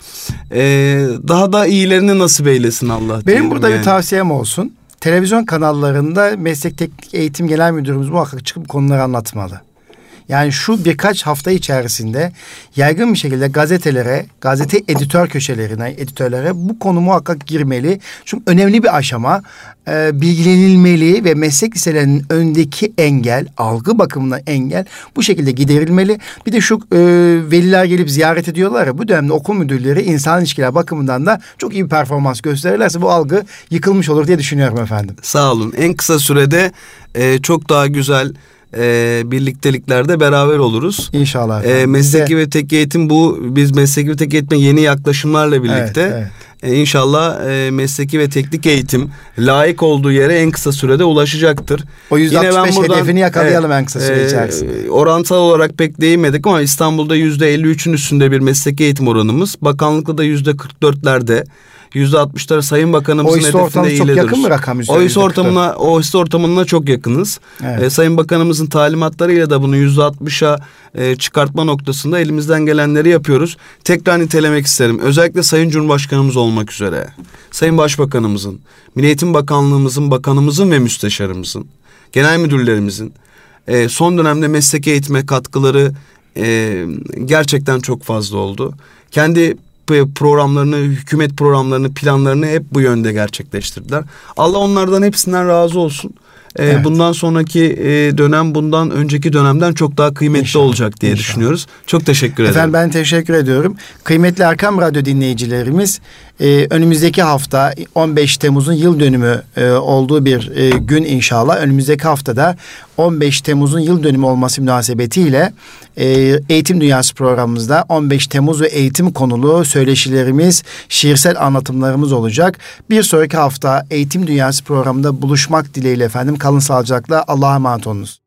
Daha da iyilerini nasip eylesin Allah. Benim burada bir tavsiyem olsun. Televizyon kanallarında Meslek Teknik Eğitim Genel Müdürümüz muhakkak çıkıp konuları anlatmalı. Yani şu birkaç hafta içerisinde yaygın bir şekilde gazetelere, gazete editör köşelerine, editörlere bu konu muhakkak girmeli. Çünkü önemli bir aşama, bilgilenilmeli ve meslek liselerinin önündeki engel, algı bakımından engel bu şekilde giderilmeli. Bir de şu veliler gelip ziyaret ediyorlar ya, bu dönemde okul müdürleri insan ilişkiler bakımından da çok iyi bir performans gösterirlerse bu algı yıkılmış olur diye düşünüyorum efendim. Sağ olun. En kısa sürede çok daha güzel birlikteliklerde beraber oluruz. İnşallah. Mesleki ve tek eğitim biz mesleki ve tek eğitime yeni yaklaşımlarla birlikte İnşallah mesleki ve teknik eğitim layık olduğu yere en kısa sürede ulaşacaktır. O %65 hedefini yakalayalım en kısa süre içerisinde. Orantal olarak pek değinmedik ama İstanbul'da %53'ün üstünde bir mesleki eğitim oranımız. Bakanlıkta da %44'lerde. %60'lar Sayın Bakanımızın hedefinde iyiler. Çok yakın mı rakam? O hisse ortamına çok yakınız. Evet. Sayın Bakanımızın talimatlarıyla da bunu %60'a çıkartma noktasında elimizden gelenleri yapıyoruz. Tekrar nitelemek isterim. Özellikle Sayın Cumhurbaşkanımız olmak üzere, Sayın Başbakanımızın, Milli Eğitim Bakanlığımızın, bakanımızın ve müsteşarımızın, genel müdürlerimizin son dönemde mesleki eğitime katkıları gerçekten çok fazla oldu. Kendi programlarını, hükümet programlarını, planlarını hep bu yönde gerçekleştirdiler. Allah onlardan hepsinden razı olsun. Bundan sonraki dönem bundan önceki dönemden çok daha kıymetli olacak diye düşünüyoruz. Çok teşekkür ederim. Efendim ben teşekkür ediyorum. Kıymetli Erkam Radyo dinleyicilerimiz, önümüzdeki hafta 15 Temmuz'un yıl dönümü olduğu bir gün inşallah. Önümüzdeki haftada 15 Temmuz'un yıl dönümü olması münasebetiyle Eğitim Dünyası programımızda 15 Temmuz ve eğitim konulu söyleşilerimiz, şiirsel anlatımlarımız olacak. Bir sonraki hafta Eğitim Dünyası programında buluşmak dileğiyle efendim. Kalın sağlıcakla. Allah'a emanet olunuz.